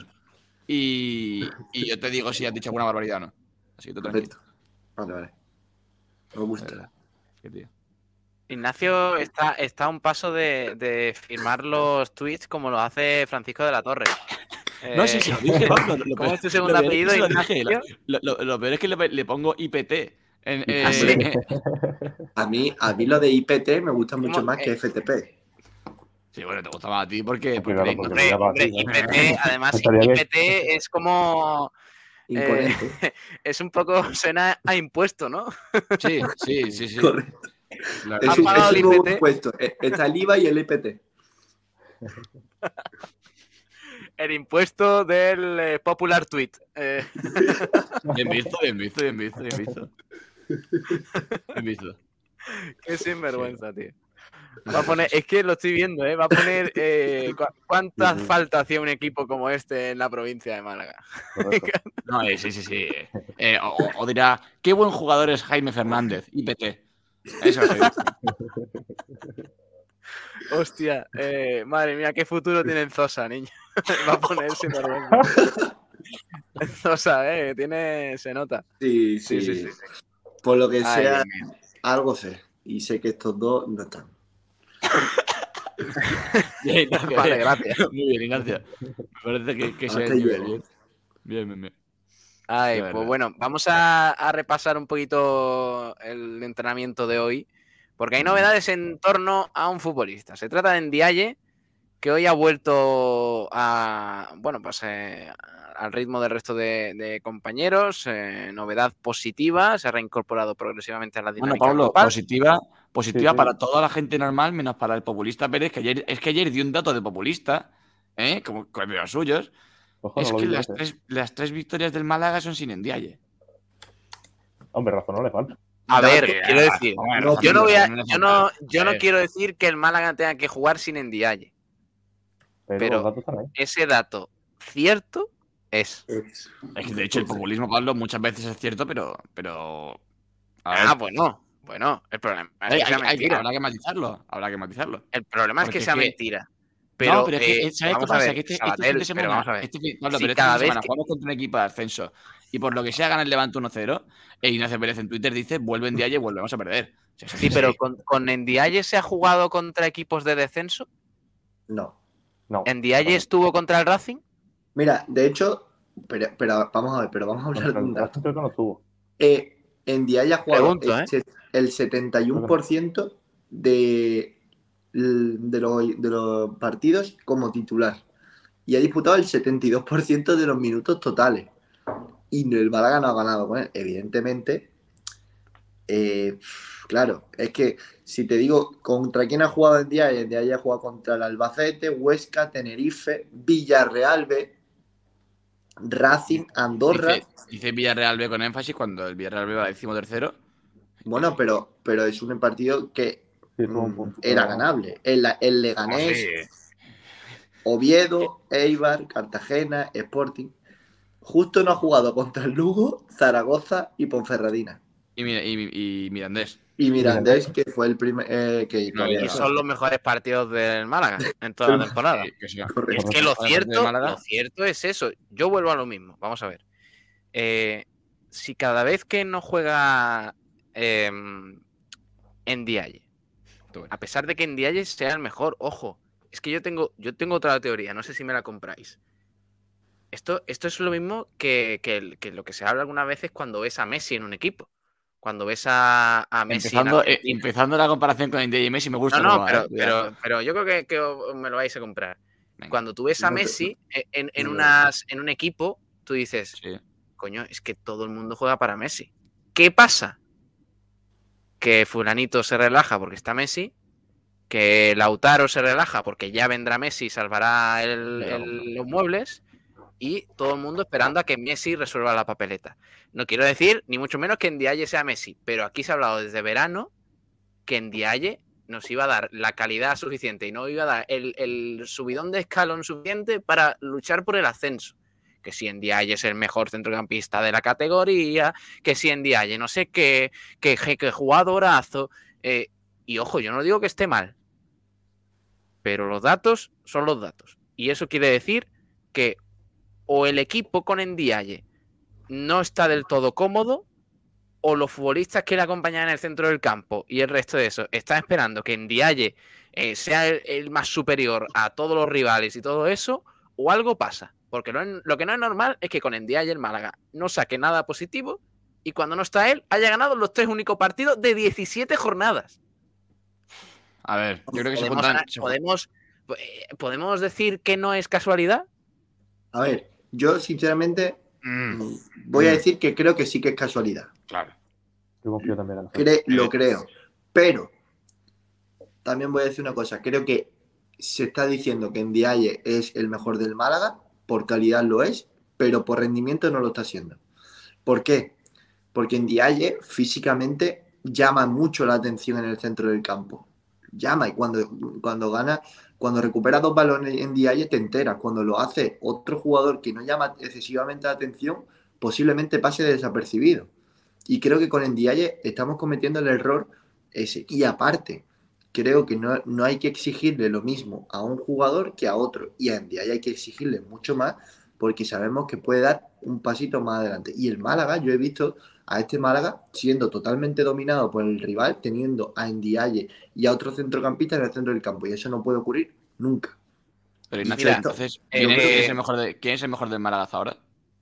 y, y yo te digo si has dicho alguna barbaridad o no. Así que tú tranquilo. Perfecto. Vale, vale. Me gusta. Qué tío. Ignacio está, está a un paso de, de firmar los tweets como lo hace Francisco de la Torre. No, Eh, sí, sí, lo dije. Pablo, lo ¿Cómo peor- es tu segundo lo peor es que apellido, se lo dije, Ignacio? Lo, lo- lo peor es que le, le pongo I P T. En, eh, ¿Ah, sí? A mí, a mí lo de I P T me gusta mucho ¿Cómo? más que Eh. F T P. Sí, bueno, te gustaba a ti porque... Porque, porque claro, eres porque Hombre, me llama a hombre, ti, ¿no? I P T, además, Estaría bien. I P T es como... Imponente. eh, es un poco... Suena a impuesto, ¿no? Sí, sí, sí, sí. Correcto. La Es verdad ¿Has un, que- pagado es el un nuevo I P T? impuesto. Eh, Está el I V A y el I P T. El impuesto del eh, popular tweet. Eh, Bien visto, bien visto, bien visto, bien visto. Bien visto. qué sinvergüenza, tío. Va a poner, es que lo estoy viendo, ¿eh? Va a poner eh, cu- cuántas Sí, sí. falta hacía un equipo como este en la provincia de Málaga. Correcto. No, eh, sí, sí, sí. Eh, o, o- o dirá, qué buen jugador es Jaime Fernández, I P T. Eso es lo que dice. Hostia, eh, madre mía, qué futuro tiene en Zosa, niño. Va a poner sinvergüenza. En Zosa, eh, tiene, se nota. Sí, Sí, sí. sí, sí. Por lo que Ay, sea, Dios mío. algo sé. Y sé que estos dos no están. Bien, Ignacio, Vale, bien. gracias. Muy bien, Ignacio. Me parece que, que ese es Hasta el ahí nivel. llego. Bien, bien, bien. bien. Ay, De pues verdad. bueno, vamos a, a repasar un poquito el entrenamiento de hoy, porque hay novedades en torno a un futbolista. Se trata de Ndiaye, que hoy ha vuelto a, bueno, pues eh, al ritmo del resto de, de compañeros. Eh, novedad positiva, se ha reincorporado progresivamente a la Bueno, dinámica Pablo, grupal. positiva, positiva Sí, sí. para toda la gente normal, menos para el populista Pérez, que ayer, es que ayer dio un dato de populista, ¿eh? Como con los suyos. Ojo, Es no lo que vi las ese. tres, las tres victorias del Málaga son sin Ndiaye. Hombre, razón no le falta. A Dato- ver, quiero decir, Hombre, no, razón yo no voy a, razón le yo no, falta. yo no Joder. quiero decir que el Málaga tenga que jugar sin Ndiaye, Pero, Pero- los datos están ahí. ese dato cierto es. Es- Es que de hecho el populismo, Pablo, muchas veces es cierto, pero. pero a ver, Ah, bueno, bueno, el problema es hay- que sea hay- hay- mentira. habrá que matizarlo. Habrá que matizarlo. El problema es Porque que sea es que- mentira. Pero, no, pero es que, eh, eh, ¿sabes qué vamos a pasa? ver, que este, este Sabatel, fin de pero semana, vamos a ver. este fin- Pablo, Si pero este cada fin de vez semana que- jugamos contra un equipo de ascenso y por lo que sea gana el Levante uno cero, e Ignacio Pérez en Twitter dice, vuelve en día y volvemos a perder. O sea, eso Sí, es pero así. con, con Ndiaye se ha jugado contra equipos de descenso. No. No. Ndiaye estuvo contra el Racing. Mira, de hecho, pero, pero vamos a ver, pero vamos a hablar Contra de el un dato. Racing creo que no estuvo. Eh, en Ndiaye ha jugado Pregunto, el, ¿eh? se- el setenta y uno por ciento de, de, los, de los partidos como titular. Y ha disputado el setenta y dos por ciento de los minutos totales. Y el Málaga no ha ganado con él. Evidentemente, eh, claro, es que si te digo contra quién ha jugado en día, el día ha jugado contra el Albacete, Huesca, Tenerife, Villarreal B, Racing, Andorra. Dice, dice Villarreal B con énfasis cuando el Villarreal B va decimotercero. Bueno, pero, pero es un partido que Sí, estuvo un mm, punto. era ganable. El, el Leganés, Oviedo, Eibar, Cartagena, Sporting. Justo no ha jugado contra el Lugo, Zaragoza y Ponferradina. Y, mira- y, y Mirandés. Y Mirandés, que fue el primer eh, que No, había Que ganado. son los mejores partidos del Málaga en toda la temporada. Que- que sí. Correcto. Es que lo Mejores partidos de cierto, Málaga. lo cierto es eso. Yo vuelvo a lo mismo. Vamos a ver. Eh, si cada vez que no juega eh, Ndiaye, Tú ves. a pesar de que Ndiaye sea el mejor, ojo, es que yo tengo, yo tengo otra teoría, no sé si me la compráis. Esto, esto es lo mismo que, que el- que lo que se habla algunas veces cuando ves a Messi en un equipo. Cuando ves a, a Messi en Empezando, eh, Argentina. empezando la comparación con Ndiaye y Messi, me gusta. No, no, cómo va, pero, eh, cuidado. pero, pero yo creo que, que os- me lo vais a comprar. Venga. Cuando tú ves a No te- Messi en, en- en no. unas, en un equipo, tú dices, Sí. coño, es que todo el mundo juega para Messi. ¿Qué pasa? Que fulanito se relaja porque está Messi, que Lautaro se relaja porque ya vendrá Messi y salvará el- el- los muebles, y todo el mundo esperando a que Messi resuelva la papeleta. No quiero decir, ni mucho menos que Ndiaye sea Messi, pero aquí se ha hablado desde verano que Ndiaye nos iba a dar la calidad suficiente y no iba a dar el, el subidón de escalón suficiente para luchar por el ascenso. Que si Ndiaye es el mejor centrocampista de la categoría, que si Ndiaye no sé qué, que, que, que jugadorazo. Eh, y ojo, yo no digo que esté mal, pero los datos son los datos. Y eso quiere decir que o el equipo con Ndiaye no está del todo cómodo, o los futbolistas que le acompañan en el centro del campo y el resto de eso están esperando que Ndiaye eh, sea el, el más superior a todos los rivales y todo eso, o algo pasa. Porque lo, lo que no es normal es que con Ndiaye el Málaga no saque nada positivo y cuando no está él haya ganado los tres únicos partidos de diecisiete jornadas. A ver, yo creo que se Podemos, juntan. se jun- podemos, ¿podemos decir que no es casualidad? A ver, yo sinceramente Mm. voy a Mm. decir que creo que sí que es casualidad. Claro. Yo confío también en la Cre- lo creo. Pero también voy a decir una cosa. Creo que se está diciendo que Ndiaye es el mejor del Málaga. Por calidad lo es, pero por rendimiento no lo está haciendo. ¿Por qué? Porque Ndiaye físicamente llama mucho la atención en el centro del campo. Llama y cuando, cuando gana, cuando recupera dos balones en Ndiaye te enteras. Cuando lo hace otro jugador que no llama excesivamente la atención, posiblemente pase desapercibido. Y creo que con Ndiaye estamos cometiendo el error ese. Y aparte, creo que no, no hay que exigirle lo mismo a un jugador que a otro. Y a Ndiaye hay que exigirle mucho más porque sabemos que puede dar un pasito más adelante. Y el Málaga, yo he visto a este Málaga siendo totalmente dominado por el rival, teniendo a Ndiaye y a otro centrocampista en el centro del campo. Y eso no puede ocurrir nunca. Pero Y Ignacio, mira, entonces, eh, ¿quién, es, quién es eh, el mejor de, ¿quién es el mejor del Málaga hasta ahora?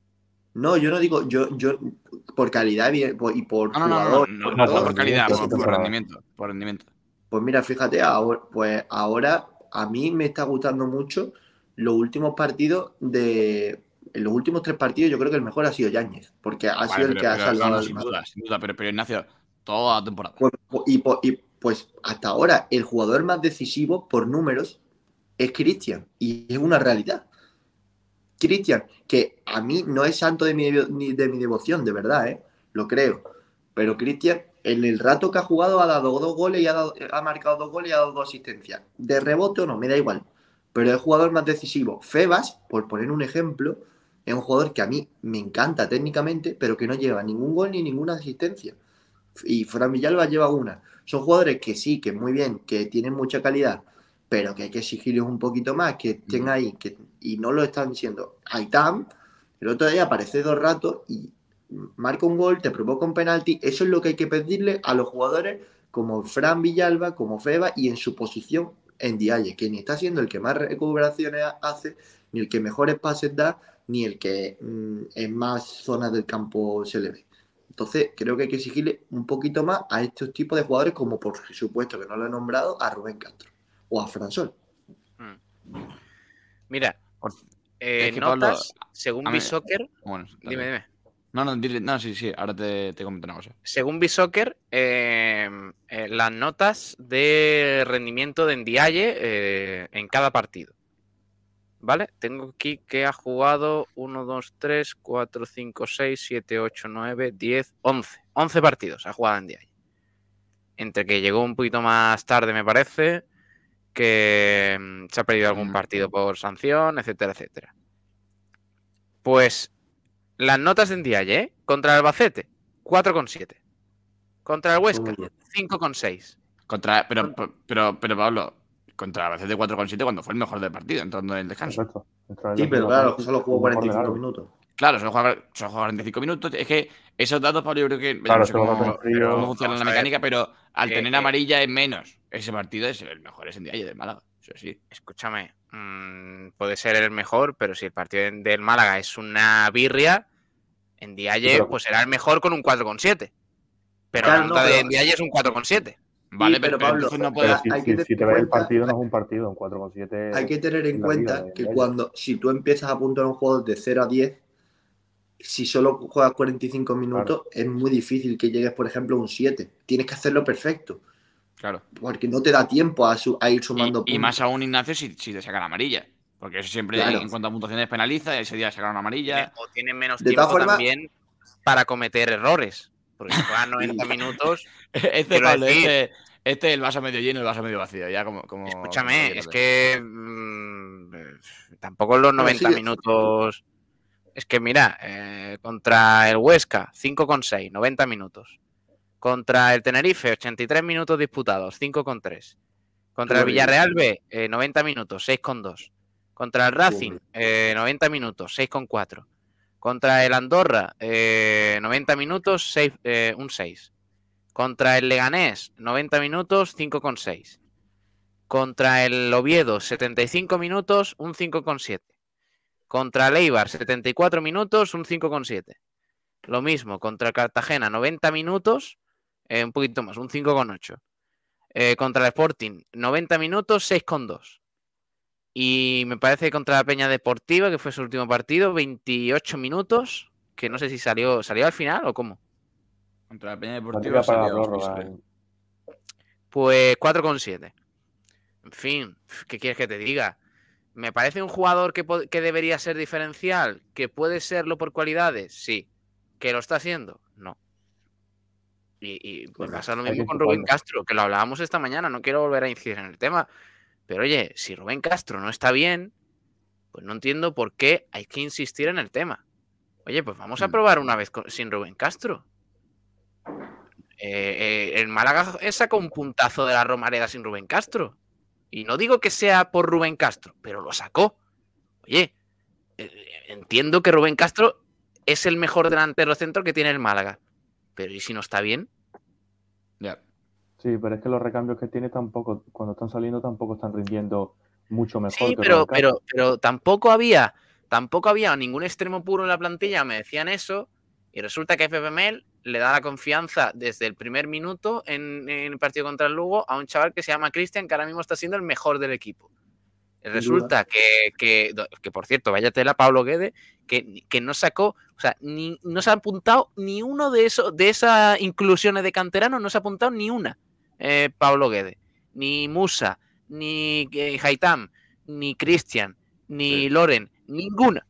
No, yo no digo, yo, yo por calidad y por, y por No, no, no, no, jugador. no, por no, todo, no por calidad, yo por, sí por que- rendimiento. Por rendimiento. Pues mira, fíjate, ahora, pues ahora a mí me está gustando mucho los últimos partidos de. En los últimos tres partidos, yo creo que el mejor ha sido Yáñez, porque ha Vale, sido el pero, que ha pero, salvado no, no, el sin Málaga. duda, sin duda. Pero, pero Ignacio, toda la temporada. Pues, y, po- y, pues hasta ahora, el jugador más decisivo por números es Cristian, y es una realidad. Cristian, que a mí no es santo de mi, ni de mi devoción, de verdad, ¿eh? Lo creo. Pero Cristian, en el rato que ha jugado, ha dado dos goles y ha, dado- ha marcado dos goles y ha dado dos asistencias. De rebote o no, me da igual. Pero es el jugador más decisivo. Febas, por poner un ejemplo, es un jugador que a mí me encanta técnicamente, pero que no lleva ningún gol ni ninguna asistencia. Y Fran Villalba lleva una. Son jugadores que sí, que muy bien, que tienen mucha calidad, pero que hay que exigirles un poquito más, que estén ahí, que, y no lo están siendo. Aitam, el otro día aparece dos ratos y marca un gol, te provoca un penalti. Eso es lo que hay que pedirle a los jugadores como Fran Villalba, como Feba y en su posición Ndiaye, que ni está siendo el que más recuperaciones hace, ni el que mejores pases da, ni el que mmm, en más zonas del campo se le ve. Entonces, creo que hay que exigirle un poquito más a estos tipos de jugadores, como por supuesto que no lo he nombrado, a Rubén Castro o a Fransol. Mm. Mira, Por- eh, es que, notas, Pablo, según a mí- Bisoccer, Bueno, dale. dime, dime. No, no, dile- no, sí, sí, ahora te, te comento una cosa. Según Bisoccer, eh, eh, las notas de rendimiento de Ndiaye eh, en cada partido. ¿Vale? Tengo aquí que ha jugado uno, dos, tres, cuatro, cinco, seis, siete, ocho, nueve, diez, once. once partidos ha jugado Ndiaye. Entre que llegó un poquito más tarde, me parece, que mm, se ha perdido algún Mm. partido por sanción, etcétera, etcétera. Pues las notas de Ndiaye, ¿eh? Contra el Albacete, cuatro coma siete. Contra el Huesca, Muy bien. cinco coma seis. Contra, pero, pero, pero, Pablo, contra Albacete cuatro coma siete cuando fue el mejor del partido, entrando en el descanso. Correcto. Entró en Sí, el pero último claro, cuarto, solo jugó el mejor de cuarenta y cinco largo. minutos. Claro, solo juega, solo juega cuarenta y cinco minutos. Es que esos datos, Pablo, yo creo que. Claro, no sé esos cómo, datos en frío- cómo funciona Vamos la a ver. mecánica, pero al Eh, tener eh. amarilla es menos. Ese partido es el mejor, es en Ndiaye del Málaga. Eso sí. Escúchame, mmm, puede ser el mejor, pero si el partido del Málaga es una birria, Ndiaye Sí, pero- pues será el mejor con un cuatro coma siete. Pero Claro, la no, nota de pero- Ndiaye es un cuatro coma siete. Vale, Sí, pero, pero, pero Pablo, entonces no Pero puedes. si, hay si, que tener si te en ves el cuenta- partido, no es un partido, un cuatro coma siete. Hay que tener en la vida cuenta de que Ndiaye. cuando, si tú empiezas a puntuar un juego de cero a diez, si solo juegas cuarenta y cinco minutos, es muy difícil que llegues, por ejemplo, a un siete. Tienes que hacerlo perfecto, Claro. porque no te da tiempo a, su- a ir Y, sumando y puntos. más aún, Ignacio, si, si te sacan amarilla. Porque eso siempre, Claro. en cuanto a puntuaciones, penaliza. Ese día sacaron amarilla. O tienen menos De tiempo todas formas- también para cometer errores. Porque si juegan noventa Sí. minutos, Este, Quiero Pablo, decir- este, este el vaso medio lleno, el vaso medio vacío. Ya como. como escúchame, como es que mm, eh, tampoco los Pero noventa sí, minutos. Es que mira, eh, contra el Huesca, cinco coma seis, noventa minutos. Contra el Tenerife, ochenta y tres minutos disputados, cinco coma tres. Contra el Qué Villarreal B, eh, noventa minutos, seis coma dos. Contra el Racing, Joder. eh, noventa minutos, seis coma cuatro. Contra el Andorra, eh, noventa minutos, seis, eh, un seis. Contra el Leganés, noventa minutos, cinco coma seis. Contra el Oviedo, setenta y cinco minutos, un cinco coma siete. Contra el Eibar, setenta y cuatro minutos, un cinco coma siete. Lo mismo, contra Cartagena, noventa minutos, eh, un poquito más, un cinco coma ocho. Eh, contra el Sporting, noventa minutos, seis coma dos. Y me parece que contra la Peña Deportiva, que fue su último partido, veintiocho minutos, que no sé si salió, ¿salió al final o cómo? Contra la Peña Partida Deportiva para la salió, sí, prórroga. salió. Pues cuatro coma siete. En fin, ¿qué quieres que te diga? ¿Me parece un jugador que, po- que debería ser diferencial? ¿Que puede serlo por cualidades? Sí. ¿Que lo está haciendo? No. Y, y me Correcto. pasa lo Hay mismo que con Rubén chuparlo. Castro, que lo hablábamos esta mañana, no quiero volver a incidir en el tema. Pero oye, si Rubén Castro no está bien, pues no entiendo por qué hay que insistir en el tema. Oye, pues vamos a Mm. probar una vez con- sin Rubén Castro. Eh, eh, el Málaga sacó un puntazo de la Romareda sin Rubén Castro. Y no digo que sea por Rubén Castro, pero lo sacó. Oye, eh, entiendo que Rubén Castro es el mejor delantero centro que tiene el Málaga. Pero ¿y si no está bien? Ya. Sí, pero es que los recambios que tiene tampoco, cuando están saliendo, tampoco están rindiendo mucho mejor Sí, que pero, Rubén Castro. pero, pero tampoco había, tampoco había ningún extremo puro en la plantilla, me decían eso, y resulta que Pepe Mel le da la confianza desde el primer minuto en, en el partido contra el Lugo a un chaval que se llama Cristian, que ahora mismo está siendo el mejor del equipo. Resulta que, que, que, por cierto, vaya tela Pablo Guede, que, que no sacó, o sea, ni, no se ha apuntado ni uno de esos, de esas inclusiones de canteranos, no se ha apuntado ni una, eh, Pablo Guede, ni Musa, ni eh, Haitam, ni Cristian, ni Sí. Loren, ninguna.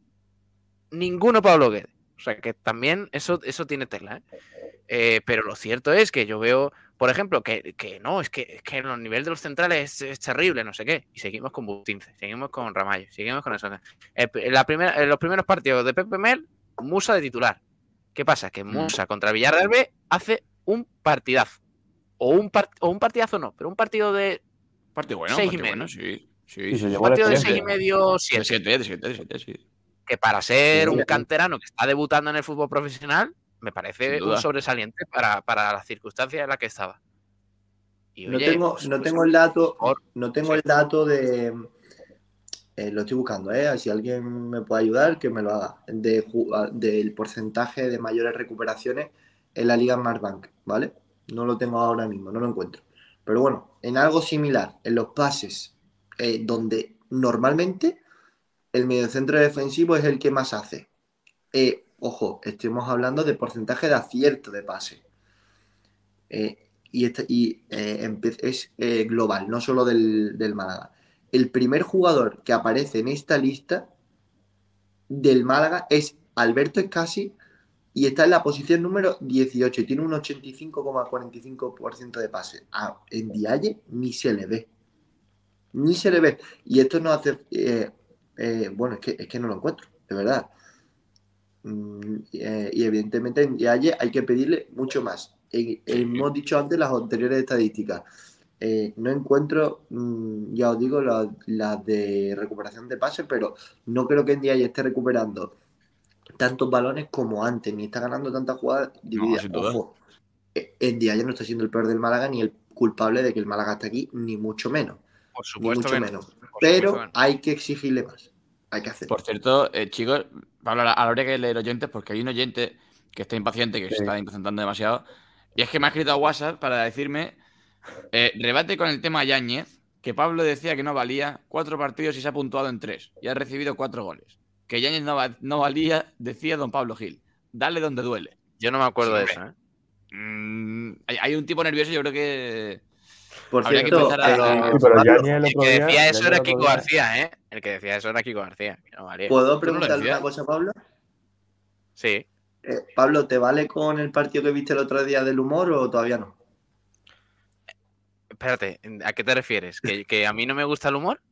Ninguno Pablo Guede. O sea que también eso, eso tiene tela, ¿eh? Eh, pero lo cierto es que yo veo, por ejemplo, que, que no, es que, es que en los niveles de los centrales es, es terrible, no sé qué. Y seguimos con Bustince, seguimos con Ramallo, seguimos con eso. Eh, la primera, en los primeros partidos de Pepe Mel, Musa de titular. ¿Qué pasa? Que Musa mm. contra Villarreal B hace un partidazo. O un, part, o un partidazo no, pero un partido de partido bueno, seis partido y medio. Bueno, sí. Sí, sí, sí, sí. Un partido de seis y medio, siete. De siete, de siete, de siete, sí. Que para ser un canterano que está debutando en el fútbol profesional, me parece un sobresaliente para, para las circunstancias en las que estaba. Y, no, oye, tengo, pues, no pues, tengo el dato, por, no tengo sí. el dato de eh, lo estoy buscando, eh, si alguien me puede ayudar, que me lo haga, de, del porcentaje de mayores recuperaciones en la Liga Smartbank, ¿vale? No lo tengo ahora mismo, no lo encuentro. Pero bueno, en algo similar, en los pases, eh, donde normalmente el mediocentro defensivo es el que más hace. Eh, ojo, estamos hablando de porcentaje de acierto de pase. Eh, y este, y eh, es eh, global, no solo del, del Málaga. El primer jugador que aparece en esta lista del Málaga es Alberto Escasi y está en la posición número dieciocho y tiene un ochenta y cinco coma cuarenta y cinco por ciento de pase. Ah, en Dialle ni se le ve. Ni se le ve. Y esto no hace... Eh, eh, bueno, es que, es que no lo encuentro, de verdad. Mm, eh, y evidentemente en Dialle hay que pedirle mucho más. Eh, sí. Hemos dicho antes las anteriores estadísticas. Eh, no encuentro, mmm, ya os digo, las la de recuperación de pases, pero no creo que en Dialle esté recuperando tantos balones como antes, ni está ganando tantas jugadas divididas. No, ojo, en Dialle no está siendo el peor del Málaga ni el culpable de que el Málaga está aquí, ni mucho menos. Por supuesto ni mucho menos. Por pero supuesto hay que exigirle más. Hay que hacerlo. Por cierto, eh, chicos, Pablo, ahora habría que leer oyentes porque hay un oyente que está impaciente, que sí. se está impacientando demasiado. Y es que me ha escrito a WhatsApp para decirme, eh, rebate con el tema Yáñez, que Pablo decía que no valía cuatro partidos y se ha puntuado en tres. Y ha recibido cuatro goles. Que Yáñez no, va, no valía, decía don Pablo Gil. Dale donde duele. Yo no me acuerdo sí, de eso, ¿eh? Mm, hay, hay un tipo nervioso, yo creo que... Por Habría cierto, que a... sí, pero Yáñez el otro el que día, decía eso era Kiko día... García, ¿eh? El que decía eso era Kiko García. Que no valía. ¿Puedo preguntarle una cosa, Pablo? Sí. Eh, Pablo, ¿te vale con el partido que viste el otro día del humor o todavía no? Espérate, ¿a qué te refieres? ¿Que, que a mí no me gusta el humor?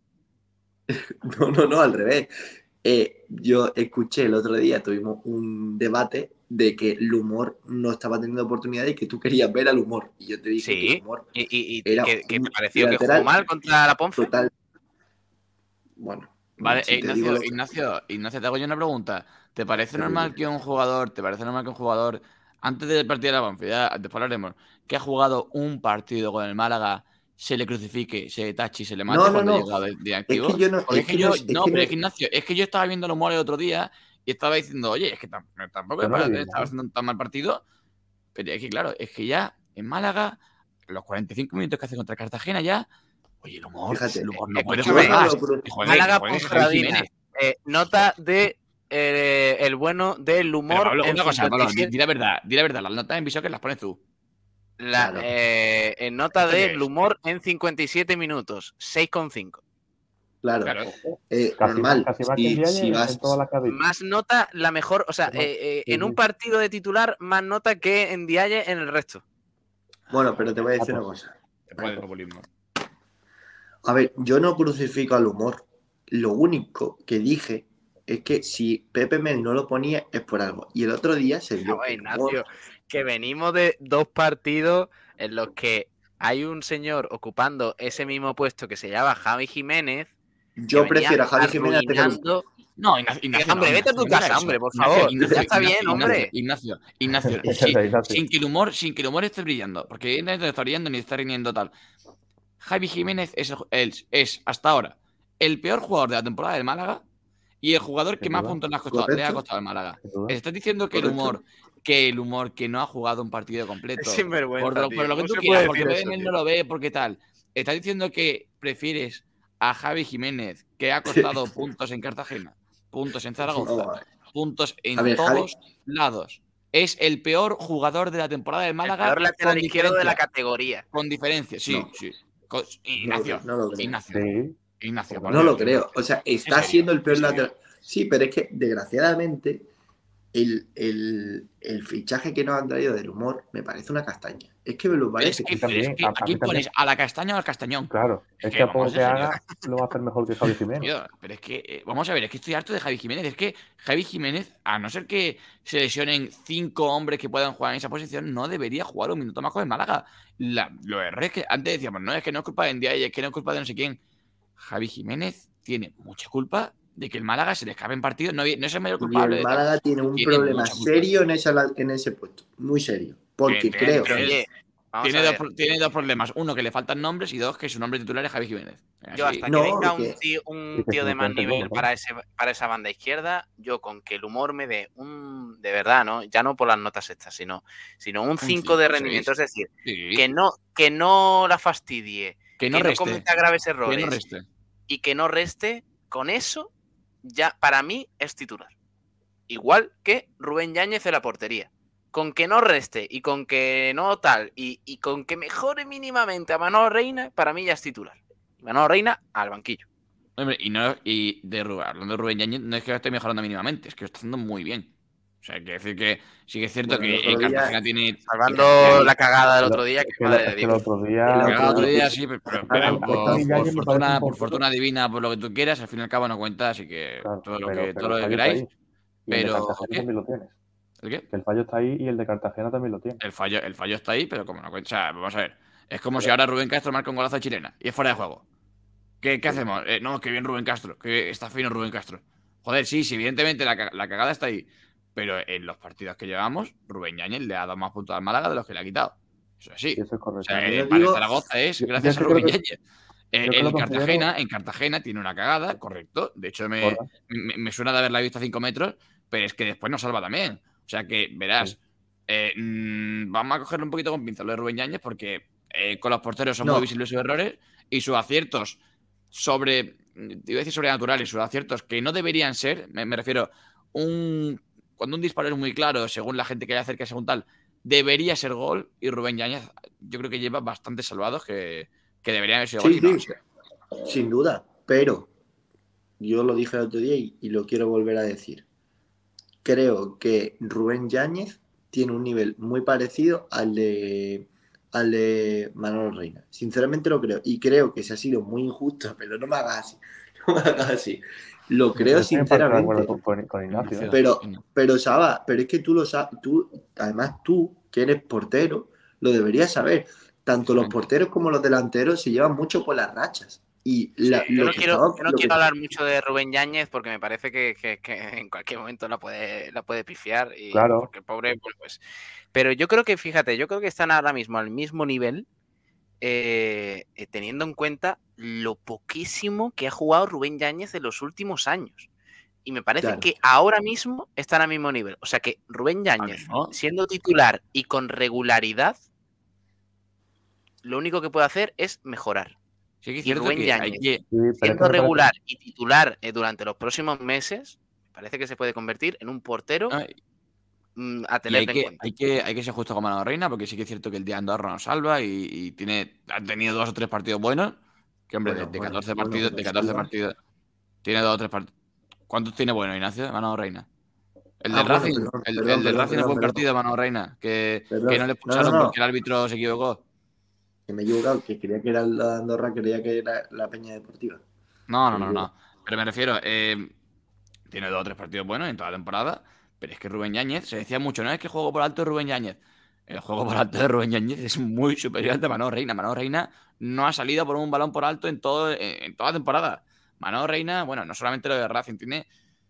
No, no, no, al revés. Eh, yo escuché el otro día, tuvimos un debate de que el humor no estaba teniendo oportunidad y que tú querías ver al humor. Y yo te dije sí. que el humor y, y, y era que, que te pareció que jugó mal contra la Ponce. Total. Bueno. Vale, si Ignacio, lo... Ignacio, Ignacio, te hago yo una pregunta. ¿Te parece normal que un jugador, te parece normal que un jugador, antes del partido de la Ponce, ya después hablaremos, que ha jugado un partido con el Málaga, se le crucifique, se tache y se le mate no, no, cuando no. llega de, de activo? Es que yo no... Porque es es que, que yo, no, es no, que pero no... es que Ignacio, es que yo estaba viendo el humor el otro día y estaba diciendo, oye, es que tam, tampoco no para, bien, estaba haciendo un tan mal partido, pero es que claro, es que ya en Málaga, los cuarenta y cinco minutos que hace contra Cartagena ya, Oye, el humor, Fíjate, el humor no puede escúchame, jugar más. no lo- Que juegue- Málaga que juegue contra Javi Dina. Jiménez. Eh, nota de eh, el bueno del Pero, humor Pablo, en una cosa, cincuenta y Pablo, di, siete. di la verdad, di la verdad, las notas en Viso que las pones tú. La, Claro. eh, en nota ¿Esto qué del es? humor en cincuenta y siete minutos, seis coma cinco. Claro, Claro. eh, Casi, normal. casi más que Si, en Dialle si en, vas, en todas las cabezas. Más nota, la mejor, o sea, Más- eh, eh, sí, en un sí. partido de titular, más nota que en Dialle en el resto. bueno, pero te voy a decir Ah, una pues. cosa. Después del populismo. A ver, yo no crucifico al humor. Lo único que dije es que si Pepe Mel no lo ponía es por algo. Y el otro día se vio Joder, que el humor- Ignacio, que venimos de dos partidos en los que hay un señor ocupando ese mismo puesto que se llama Javi Jiménez. yo que venía prefiero a Javi Jiménez antes que al humor. arruinando- No, Ignacio, Ignacio, hombre, no, vete a tu Ignacio, no era casa, eso. hombre, por Ignacio, favor. Ignacio, Ya está Ignacio, bien, hombre. Ignacio, Ignacio, Ignacio, sí, Ignacio. sin que el humor, sin que el humor esté brillando, porque evidentemente no está brillando ni está riendo tal. Javi Jiménez es, el- es hasta ahora el peor jugador de la temporada del Málaga y el jugador que Sin más duda. puntos le ha costado, le ha Correcto. costado al Málaga. Sin duda. Estás diciendo que el Correcto. humor, que el humor que no ha jugado un partido completo. Es sinvergüenza, por, lo- tío. por lo que ¿Cómo tú se quieras, puede porque decir Pepe eso, Mel tío? no lo ve, porque tal. Estás diciendo que prefieres a Javi Jiménez, que ha costado puntos en Cartagena, puntos en Zaragoza, No, vale. puntos en A ver, Javi- todos lados. Es el peor jugador de la temporada del El Málaga. peor lateral con izquierdo de la diferencia. categoría. Con diferencia, sí, No. sí. Con- Ignacio, no lo creo. Ignacio, Sí. Ignacio. por No lo Dios. creo. O sea, está serio? siendo el peor ¿En serio? lateral. Sí, pero es que desgraciadamente el, el, el fichaje que nos han traído del humor me parece una castaña. Es que me lo Pero parece. es que, A mí pero es también, que a- a ¿a mí quién también. pones? ¿A la castaña o al castañón? Claro, Es es que que a vamos, poco en que serio. haga lo va a hacer mejor que Javi Jiménez. Tío, pero es que, eh, vamos a ver, es que estoy harto de Javi Jiménez. Es que Javi Jiménez, a no ser que se lesionen cinco hombres que puedan jugar en esa posición, no debería jugar un minuto más con el Málaga. La, lo erré es que antes decíamos, no, es que no es culpa de Ndiaye, es que no es culpa de no sé quién. Javi Jiménez tiene mucha culpa de que el Málaga se le escape en partido. No, no es el mayor Y culpable. el de tal. Málaga tiene un Tiene problema mucha culpa. serio en, esa, en ese puesto. Muy serio. Porque Bien, bien, creo. Pero bien. oye, vamos Tiene a dos, ver. pro- tiene dos problemas. Uno, que le faltan nombres y dos, que su nombre titular es Javi Jiménez. Yo Así- hasta que No, venga un que- tío, un y que tío se de lo más cuenten nivel bien, ¿no? para, ese, para esa banda izquierda, yo con que el humor me dé un, de verdad, ¿no? Ya no por las notas estas, sino, sino un cinco de cinco, rendimiento. Es seis. decir, Sí. que no, que no la fastidie, Que no que no reste. cometa graves Que errores no reste. y que no reste, con eso, ya para mí es titular. Igual que Rubén Yáñez en la portería. Con que no reste y con que no tal, y, y con que mejore mínimamente a Manolo Reina, para mí ya es titular. Manolo Reina al banquillo. Hombre, y, no, y de Rubén, hablando de Rubén Yáñez, no es que lo esté mejorando mínimamente, es que lo está haciendo muy bien. O sea, hay que decir que sí que es cierto Bueno, el que en otro día- Cartagena tiene. Salvando que- la cagada del Pero- otro día, que es que, madre es de que el Dios. otro El día. que el otro día día- sí, pero, pero, Ah, pero ah, por, ah, por Yáñez me parece fortuna, un por poquito- fortuna divina, por lo que tú quieras, al fin y al cabo no cuenta, así que Claro, todo lo pero- que, pero todo lo el que fallo está queráis. ahí. Y el de pero- Cartagena ¿qué? también lo tienes. ¿El qué? Que el fallo está ahí y el de Cartagena también lo tiene. El fallo, el fallo está ahí, pero como no cuenta. O sea, vamos a ver. Es como si ahora Rubén Castro marca un golazo de chilena y es fuera de juego. ¿Qué, qué hacemos? Eh, no, que bien Rubén Castro, que está fino Rubén Castro. Joder, sí, sí, evidentemente la, ca- la cagada está ahí. Pero en los partidos que llevamos, Rubén Yáñez le ha dado más puntos al Málaga de los que le ha quitado. Eso es así. Sí, eso es O correcto. sea, Yo en para digo- Zaragoza es Yo- gracias yo a creo Rubén que- Yáñez. Eh, yo que en lo considero- Cartagena, en Cartagena tiene una cagada, correcto. De hecho, me, Gorda. me, me suena de haberla visto a cinco metros, pero es que después nos salva también. O sea que, verás, Sí. eh, mm, vamos a cogerlo un poquito con pinzas lo de Rubén Yáñez, porque eh, con los porteros son No. muy visibles sus errores y sus aciertos sobre, te iba a decir sobrenaturales, sus aciertos que no deberían ser, me, me refiero, un cuando un disparo es muy claro, según la gente que haya cerca, según tal, debería ser gol, y Rubén Yáñez yo creo que lleva bastantes salvados que, que deberían haber sido Sí, gol. y no sí. han sido. Sin duda, pero yo lo dije el otro día y, y lo quiero volver a decir. Creo que Rubén Yáñez tiene un nivel muy parecido al de al de Manolo Reina. Sinceramente lo creo. Y creo que se ha sido muy injusto, pero no me hagas así. No me hagas así. Lo creo Yo estoy en parte de sinceramente. acuerdo con, con- con Ignacio. ¿eh? Pero, Sí, no. pero Saba, pero es que tú lo sabes, tú, además tú, que eres portero, lo deberías saber. Tanto los porteros como los delanteros se llevan mucho por las rachas. Y la- Sí, yo lo no que quiero, estaba- yo no lo que- quiero hablar mucho de Rubén Yáñez porque me parece que, que- que en cualquier momento la puede, la puede pifiar. Y Claro. Porque el pobre, pues, pues. Pero yo creo que, fíjate, yo creo que están ahora mismo al mismo nivel, eh, eh, teniendo en cuenta lo poquísimo que ha jugado Rubén Yáñez en los últimos años. Y me parece Claro. que ahora mismo están al mismo nivel. O sea que Rubén Yáñez, mismo. siendo titular y con regularidad, lo único que puede hacer es mejorar. Sí que es y cierto Rubén que Yáñez, hay que... Sí, pero es que siendo me parece- regular y titular eh, durante los próximos meses, parece que se puede convertir en un portero Ah, mm, a Y tener hay en que, cuenta. hay, que, hay que ser justo con Manolo Reina, porque sí que es cierto que el día de Andorra nos salva y, y tiene, ha tenido dos o tres partidos buenos. Que, hombre, Bueno, de, de bueno, catorce bueno, partidos, pero de catorce salva. partidos, tiene dos o tres partidos. ¿Cuántos tiene bueno, Ignacio, Manolo Reina? El Ah, del bueno, Racing, perdón, el, perdón, el del perdón, Racing es perdón, buen perdón. partido, Manolo Reina, que, Perdón. que no le No, no, expulsaron no. porque el árbitro se equivocó. Que me he equivocado, que creía que era la de Andorra, creía que era la Peña Deportiva. No, no, Me no, equivoco. no. Pero me refiero, eh, tiene dos o tres partidos buenos en toda la temporada, pero es que Rubén Yáñez, se decía mucho, no es que el juego por alto de Rubén Yáñez. El juego por alto de Rubén Yáñez es muy superior al de Manolo Reina. Manolo Reina no ha salido por un balón por alto en, todo, en, en toda la temporada. Manolo Reina, bueno, no solamente lo de Racing, tiene...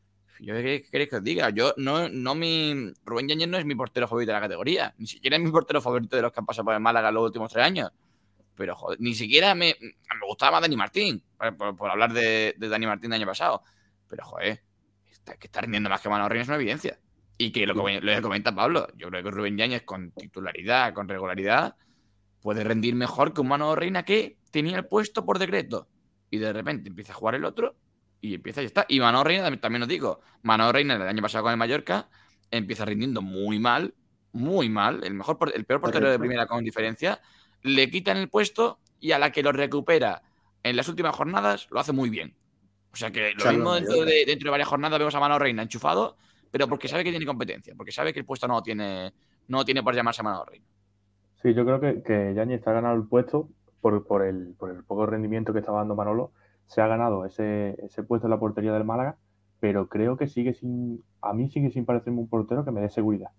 Yo qué queréis que os diga, yo no, no mi... Rubén Yáñez no es mi portero favorito de la categoría, ni siquiera es mi portero favorito de los que han pasado por el Málaga en los últimos tres años. Pero, joder, ni siquiera me, me gustaba más Dani Martín, por, por, por hablar de, de Dani Martín del año pasado. Pero, joder, está, que está rindiendo más que Manolo Reina es una evidencia. Y que lo, lo que comenta Pablo, yo creo que Rubén Yáñez con titularidad, con regularidad, puede rendir mejor que un Manolo Reina que tenía el puesto por decreto. Y de repente empieza a jugar el otro y empieza y ya está. Y Manolo Reina, también, también os digo, Manolo Reina el año pasado con el Mallorca empieza rindiendo muy mal, muy mal, el, mejor, el peor portero Correcto. de primera con diferencia. Le quitan el puesto y a la que lo recupera en las últimas jornadas lo hace muy bien. O sea que lo Charlo mismo Mallorca. dentro de, dentro de varias jornadas vemos a Manolo Reina enchufado, pero porque sabe que tiene competencia, porque sabe que el puesto no tiene, no tiene por llamarse Manolo Reina. Sí, yo creo que, que Yáñez está ganado el puesto por, por, el, por el poco rendimiento que estaba dando Manolo. Se ha ganado ese, ese puesto en la portería del Málaga, pero creo que sigue sin, a mí sigue sin parecerme un portero que me dé seguridad.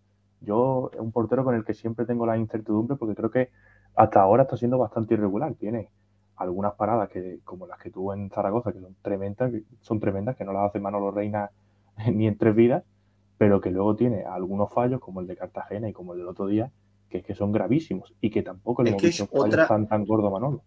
Yo es un portero con el que siempre tengo la incertidumbre porque creo que hasta ahora está siendo bastante irregular. Tiene algunas paradas que, como las que tuvo en Zaragoza, que son tremendas, que son tremendas, que no las hace Manolo Reina ni en tres vidas, pero que luego tiene algunos fallos, como el de Cartagena y como el del otro día, que es que son gravísimos y que tampoco le Es hemos que visto es fallos otra- tan, tan gordo a Manolo.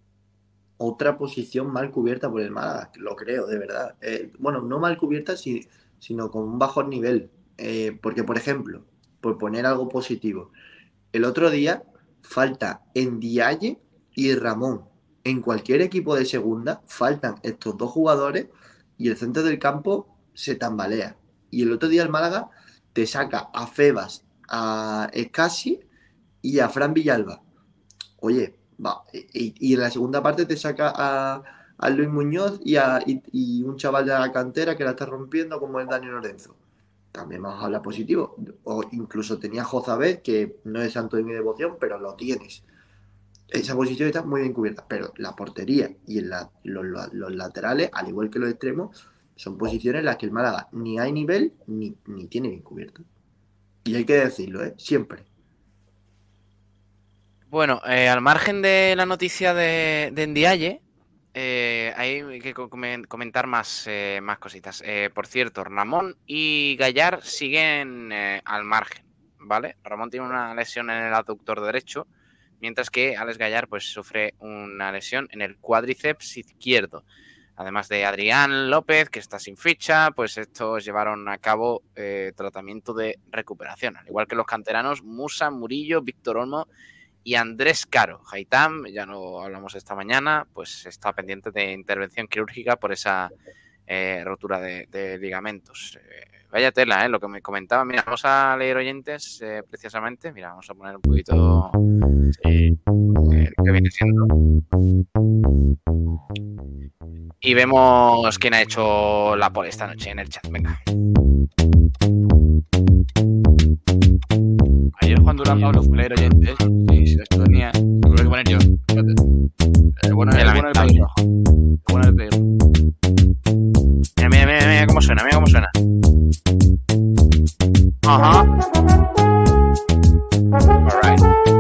Otra posición mal cubierta por el Málaga, lo creo, de verdad. Eh, bueno, no mal cubierta, si- sino con un bajo nivel. Eh, porque, por ejemplo, por poner algo positivo, el otro día falta Ndiaye y Ramón. En cualquier equipo de segunda faltan estos dos jugadores y el centro del campo se tambalea. Y el otro día el Málaga te saca a Febas, a Escasi y a Fran Villalba. Oye, va, y, y en la segunda parte te saca a, a Luis Muñoz y, a, y, y un chaval de la cantera que la está rompiendo como es Dani Lorenzo. También vamos a hablar positivo. O incluso tenía Jozabet, que no es santo de mi devoción, pero lo tienes. Esa posición está muy bien cubierta, pero la portería y el la, los, los, los laterales, al igual que los extremos, son posiciones en las que el Málaga ni hay nivel ni, ni tiene bien cubierto. Y hay que decirlo, ¿eh? Siempre. Bueno, eh, al margen de la noticia de, de Ndiaye, eh, hay que comen- comentar más, eh, más cositas. Eh, por cierto, Ramón y Gallar siguen eh, al margen, ¿vale? Ramón tiene una lesión en el aductor derecho, mientras que Alex Gallar pues, sufre una lesión en el cuádriceps izquierdo. Además de Adrián López, que está sin ficha, pues estos llevaron a cabo eh, tratamiento de recuperación. Al igual que los canteranos Musa, Murillo, Víctor Olmo y Andrés Caro. Haitam, ya lo hablamos esta mañana, pues está pendiente de intervención quirúrgica por esa eh, rotura de, de ligamentos. Eh, vaya tela, eh, lo que me comentaba. Mira, vamos a leer oyentes eh, precisamente. Mira, vamos a poner un poquito eh, que viene siendo. Y vemos quién ha hecho la pole esta noche en el chat. Venga. Ayer Juan Durán Pablo fue leer oyentes. Sí, si esto tenía. Lo tengo que poner yo. Espérate. El bueno, el bueno del país rojo. El bueno del país rojo. Mira, mira, mira, mira cómo suena, mira cómo suena. Ajá. Alright.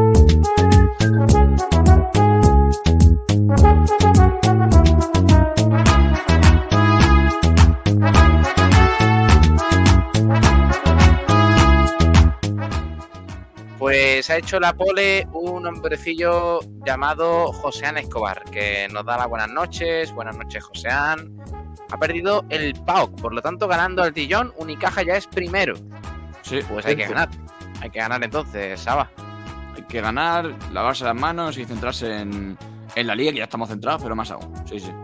Pues ha hecho la pole un hombrecillo llamado Joseán Escobar, que nos da las buenas noches. Buenas noches, Joseán. Ha perdido el P A O C, por lo tanto, ganando al Dijon, Unicaja ya es primero. Sí, Pues hay que cierto. ganar. Hay que ganar entonces, Saba. Hay que ganar, lavarse las manos y centrarse en, en la liga, que ya estamos centrados, pero más aún. Sí, sí.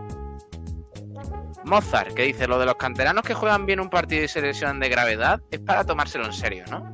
Mozart, que dice, lo de los canteranos que juegan bien un partido y se lesionan de gravedad es para tomárselo en serio, ¿no?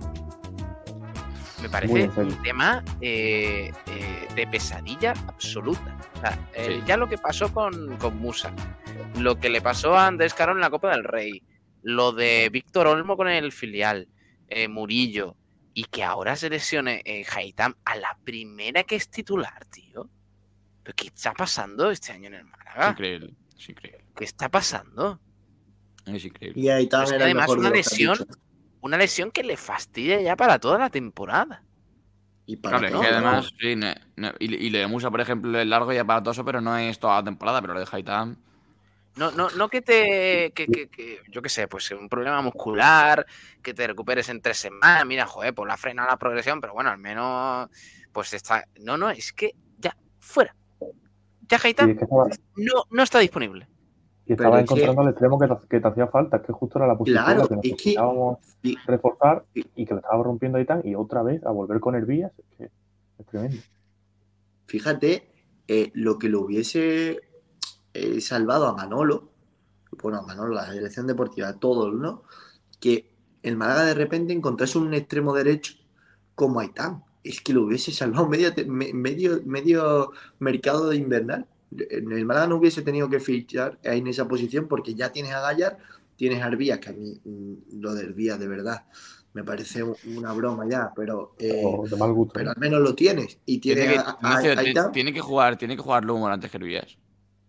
Me parece un tema eh, eh, de pesadilla absoluta. O sea, eh, sí. Ya lo que pasó con, con Musa, lo que le pasó a Andrés Caro en la Copa del Rey, lo de Víctor Olmo con el filial, eh, Murillo, y que ahora se lesione eh, Haitham a la primera que es titular, tío. ¿Pero qué está pasando este año en el Málaga? Es increíble, es increíble. ¿Qué está pasando? Es increíble. Y Haitham es que era además el una lesión, una lesión que le fastidia ya para toda la temporada. Y para claro, todo, es que además, ¿no? sí, no, no, y, y lo de Musa, por ejemplo, es largo y aparatoso, pero no es toda la temporada, pero lo de Haitham... No, no, no que te, que, que, que, yo qué sé, pues un problema muscular, que te recuperes en tres semanas, mira, joder, pues la frena la progresión, pero bueno, al menos, pues está, no, no, es que ya, fuera, ya Haitham sí, estaba... no, no está disponible. Y estaba encontrando que... el extremo que te, que te hacía falta, es que justo era la posición claro, que necesitábamos que... sí. reforzar y que lo estaba rompiendo Haitham y otra vez a volver con Hervías, es que es tremendo. Fíjate, eh, lo que lo hubiese... Eh, salvado a Manolo, bueno, a Manolo, la dirección deportiva, a todos, ¿no? Que el Málaga de repente encontrase un extremo derecho como Haitham. Es que lo hubiese salvado medio, medio, medio mercado de invernal. El Málaga no hubiese tenido que fichar en esa posición porque ya tienes a Gallar, tienes a Hervías, que a mí lo de Hervías de verdad me parece una broma ya, pero, eh, oh, de mal gusto, pero ¿no? al menos lo tienes. Y tienes tiene que, a, a, a Haitham. Tiene que jugar, tiene que jugar Lumo antes que Hervías.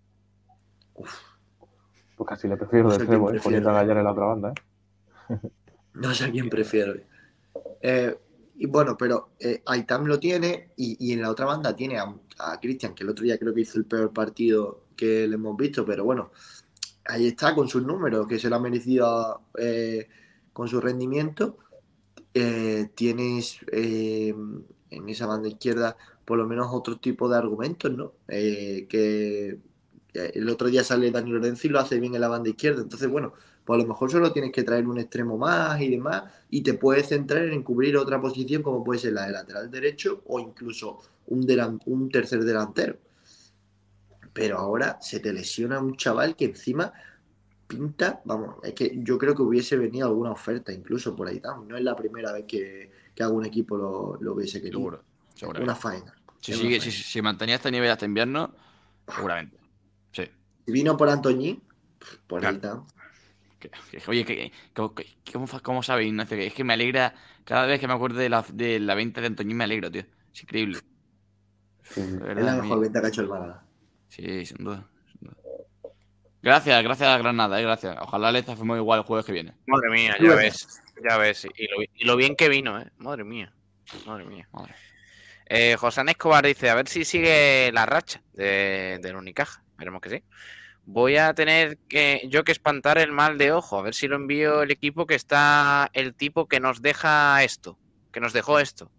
Uf. Pues casi le prefiero de extremo, ¿eh? Poniendo a Gallar en la otra banda, ¿eh? No sé a quién prefiero. Eh, y bueno, pero eh, Haitham lo tiene y, y en la otra banda tiene a, a Cristian, que el otro día creo que hizo el peor partido que le hemos visto, pero bueno, ahí está con sus números, que se lo ha merecido eh, con su rendimiento. Eh, tienes eh, en esa banda izquierda por lo menos otro tipo de argumentos, ¿no? Eh, que el otro día sale Dani Lorenzo y lo hace bien en la banda izquierda. Entonces, bueno, pues a lo mejor solo tienes que traer un extremo más y demás y te puedes centrar en cubrir otra posición como puede ser la de lateral derecho o incluso un, delan- un tercer delantero. Pero ahora se te lesiona un chaval que encima pinta, vamos, es que yo creo que hubiese venido alguna oferta incluso por ahí. No es la primera vez que, que algún equipo lo, lo hubiese querido. Seguro, seguro. Una faena. Si, sigue, si, si mantenía este nivel hasta invierno, seguramente. Sí. Si vino por Antoñín, por claro. ahí está. Que, que, oye, que, ¿cómo, cómo, cómo sabes, Ignacio? Es que me alegra, cada vez que me acuerdo de la, de la venta de Antoñín me alegro, tío. Es increíble. Sí, verdad, es la mejor venta que ha hecho el Málaga. Sí, sin duda, sin duda. Gracias, gracias a Granada, eh, gracias. Ojalá le hacemos igual el jueves que viene. Madre mía, ya ves, ya ves. Y lo, y lo bien que vino, eh. Madre mía, madre mía. Madre. Eh, José Escobar dice, a ver si sigue la racha de, del Unicaja. Veremos que sí. Voy a tener que yo que espantar el mal de ojo, a ver si lo envío el equipo que está el tipo que nos deja esto, que nos dejó esto.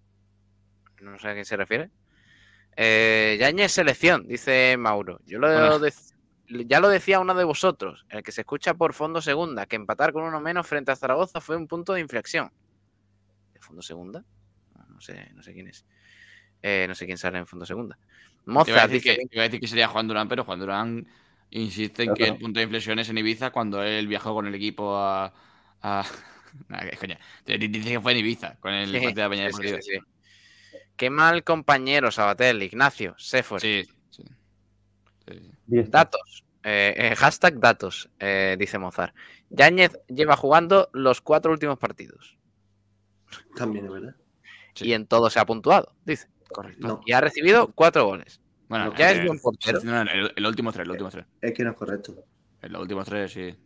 No sé a qué se refiere. Eh, Yañez selección, dice Mauro. Yo lo bueno. de, ya lo decía uno de vosotros, el que se escucha por fondo segunda, que empatar con uno menos frente a Zaragoza fue un punto de inflexión. ¿De fondo segunda? No sé, no sé quién es. Eh, no sé quién sale en fondo segunda. Mozart dice que, iba a decir que sería Juan Durán, pero Juan Durán insiste en que el punto de inflexión es en Ibiza cuando él viajó con el equipo a... a... Nah, coña. Dice que fue en Ibiza con el sí, partido de Peña Deportiva. Sí, sí, sí. Qué mal compañero, Sabatel, Ignacio, Sefor. Sí, sí. sí. Datos. Eh, eh, hashtag datos, eh, dice Mozart. Yáñez lleva jugando los cuatro últimos partidos. También, ¿verdad? Sí. Y en todo se ha puntuado, dice. Correcto. No. Y ha recibido cuatro goles. Bueno, ya eh, es buen portero. No, el, el último tres, el último tres. Es que no es correcto. En los últimos tres, sí.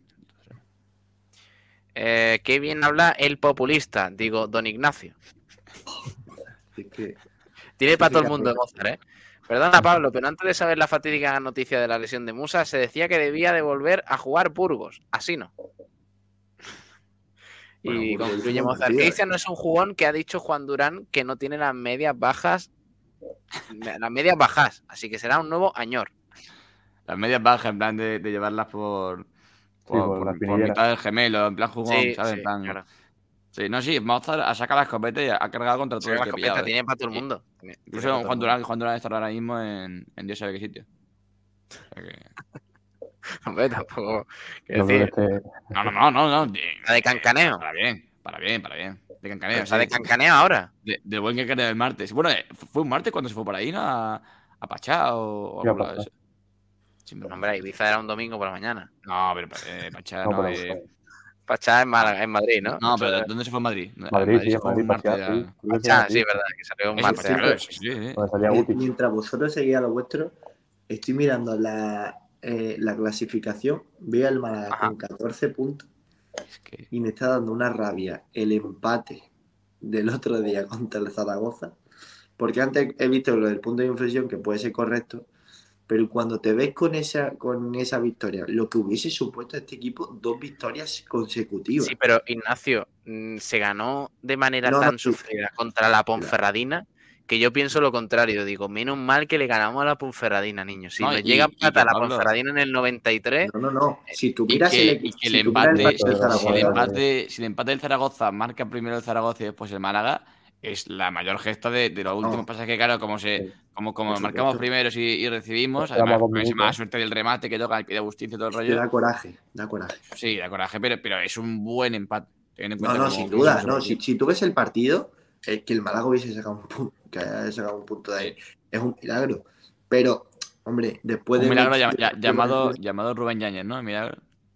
Eh, qué bien habla el populista, digo, don Ignacio. Es que... Tiene para todo el mundo de Mozart, ¿eh? Perdona, Pablo, pero antes de saber la fatídica noticia de la lesión de Musa, se decía que debía de volver a jugar Burgos. Así no. Bueno, y concluye Mozart. Cristian no es un jugón que ha dicho Juan Durán que no tiene las medias bajas. Las medias bajas. Así que será un nuevo añor. Las medias bajas, en plan de, de llevarlas por... Por, sí, por, por, por mitad del gemelo, en plan jugón, sí, ¿sabes? Sí, en plan... claro. Sí, no, sí, Mozart ha sacado la escopeta y ha cargado contra todo Sí, el la que ha escopeta pillado. tiene ¿eh? para todo el Y- mundo. Tiene- tiene Incluso para todo Juan el Durán, Juan Durán estará ahora mismo en, en Dios sabe qué sitio. O sea que- mundo. Hombre, tampoco. Quiero Yo creo decir, que este. No, no, no, no, no. de- está de cancaneo. Para bien, para bien, para bien. De Pero cancaneo, está sí. de cancaneo ahora. De- del buen cancaneo del martes. Bueno, eh, fue un martes cuando se fue por ahí, ¿no? A, a Pachá o, o Sí, a algún lado de Pachá. eso. Siempre No, me hombre, confundo. Ibiza era un domingo por la mañana. No, pero eh, Pachá No, no. pero. eh, Pachá en Málaga, en Madrid, ¿no? No, Eso pero es- ¿dónde se fue en Madrid? En Madrid, Madrid sí, se en fue Madrid, un martes. Pachá, a- sí. Creo que sí, Pachá, así. sí, verdad, que salió un Eso, martes. Pachá, cierto. sí, sí, sí. Donde salía Eh, Guti. mientras vosotros seguíais lo vuestro, estoy mirando la, eh, la clasificación, veo al Málaga Ajá. con catorce puntos Es que... y me está dando una rabia el empate del otro día contra el Zaragoza, porque antes he visto lo del punto de inflexión que puede ser correcto, pero cuando te ves con esa, con esa victoria, lo que hubiese supuesto a este equipo, dos victorias consecutivas. Sí, pero Ignacio, mm, se ganó de manera No, no, tan sí. sufrida contra la Ponferradina que yo pienso lo contrario. Digo, menos mal que le ganamos a la Ponferradina, niños. Si No, nos y- llega a y que empatar la Pablo- Ponferradina en el noventa y tres, No, no, no. Si tú Y miras que, el, y que el si tú miras el empate, partido del Exacto, si el Zaragoza, empate, si el empate del Zaragoza marca primero el Zaragoza y después el Málaga, es la mayor gesta de, de los No. últimos. Pasa que, claro, como se, Sí. como, como Por marcamos supuesto. primeros y, y recibimos, Nos quedamos además, dos con esa minutos. mala suerte del remate que toca el pie de Agustín y todo el es que rollo. da coraje, da coraje. Sí, da coraje, pero, pero es un buen empate. Teniendo en No, cuenta no, cómo- sin cómo duda. se No, partió. si, si tú ves el partido, es que el Málaga hubiese sacado un punto, que haya sacado un punto de ahí. Es un milagro. Pero, hombre, después Un de. milagro ver- llam- de- ya- de- llamado, llamado Rubén Yáñez, ¿no? El milagro.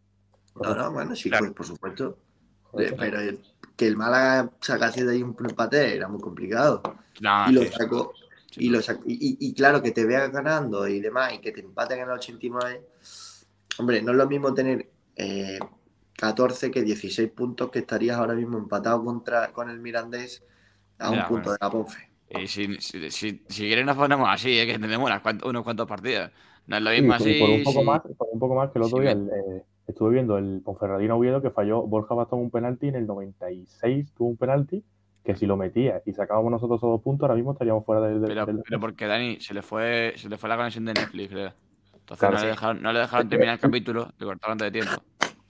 No, no, bueno, sí, Claro. pues, por supuesto. Correcto. Pero el- que el Málaga sacase de ahí un empate era muy complicado. No, y lo sí, sí, sacó. sin Y, duda. lo sacó y, y- y claro, que te veas ganando y demás, y que te empaten en el ochenta y nueve. Hombre, no es lo mismo tener eh, catorce que dieciséis puntos, que estarías ahora mismo empatado contra, con el Mirandés a un Ya, punto bueno. de la Ponfe. Y si, si, si, si quieren nos ponemos así, ¿eh? Que tenemos unas cuant- unos cuantos partidos. No es lo Sí, mismo y por un así. poco si- más, por un poco más que el otro si día me- el, eh, estuve viendo el Ponferradina Oviedo que falló Borja Bastón un penalti en el noventa y seis, tuvo un penalti que si lo metía y sacábamos nosotros esos dos puntos ahora mismo estaríamos fuera del, del, Pero, del pero descenso. porque Dani se le fue se le fue la conexión de Netflix, creo. Entonces Claro, no, le sí. dejaron, no le dejaron terminar el capítulo, le cortaron antes de tiempo.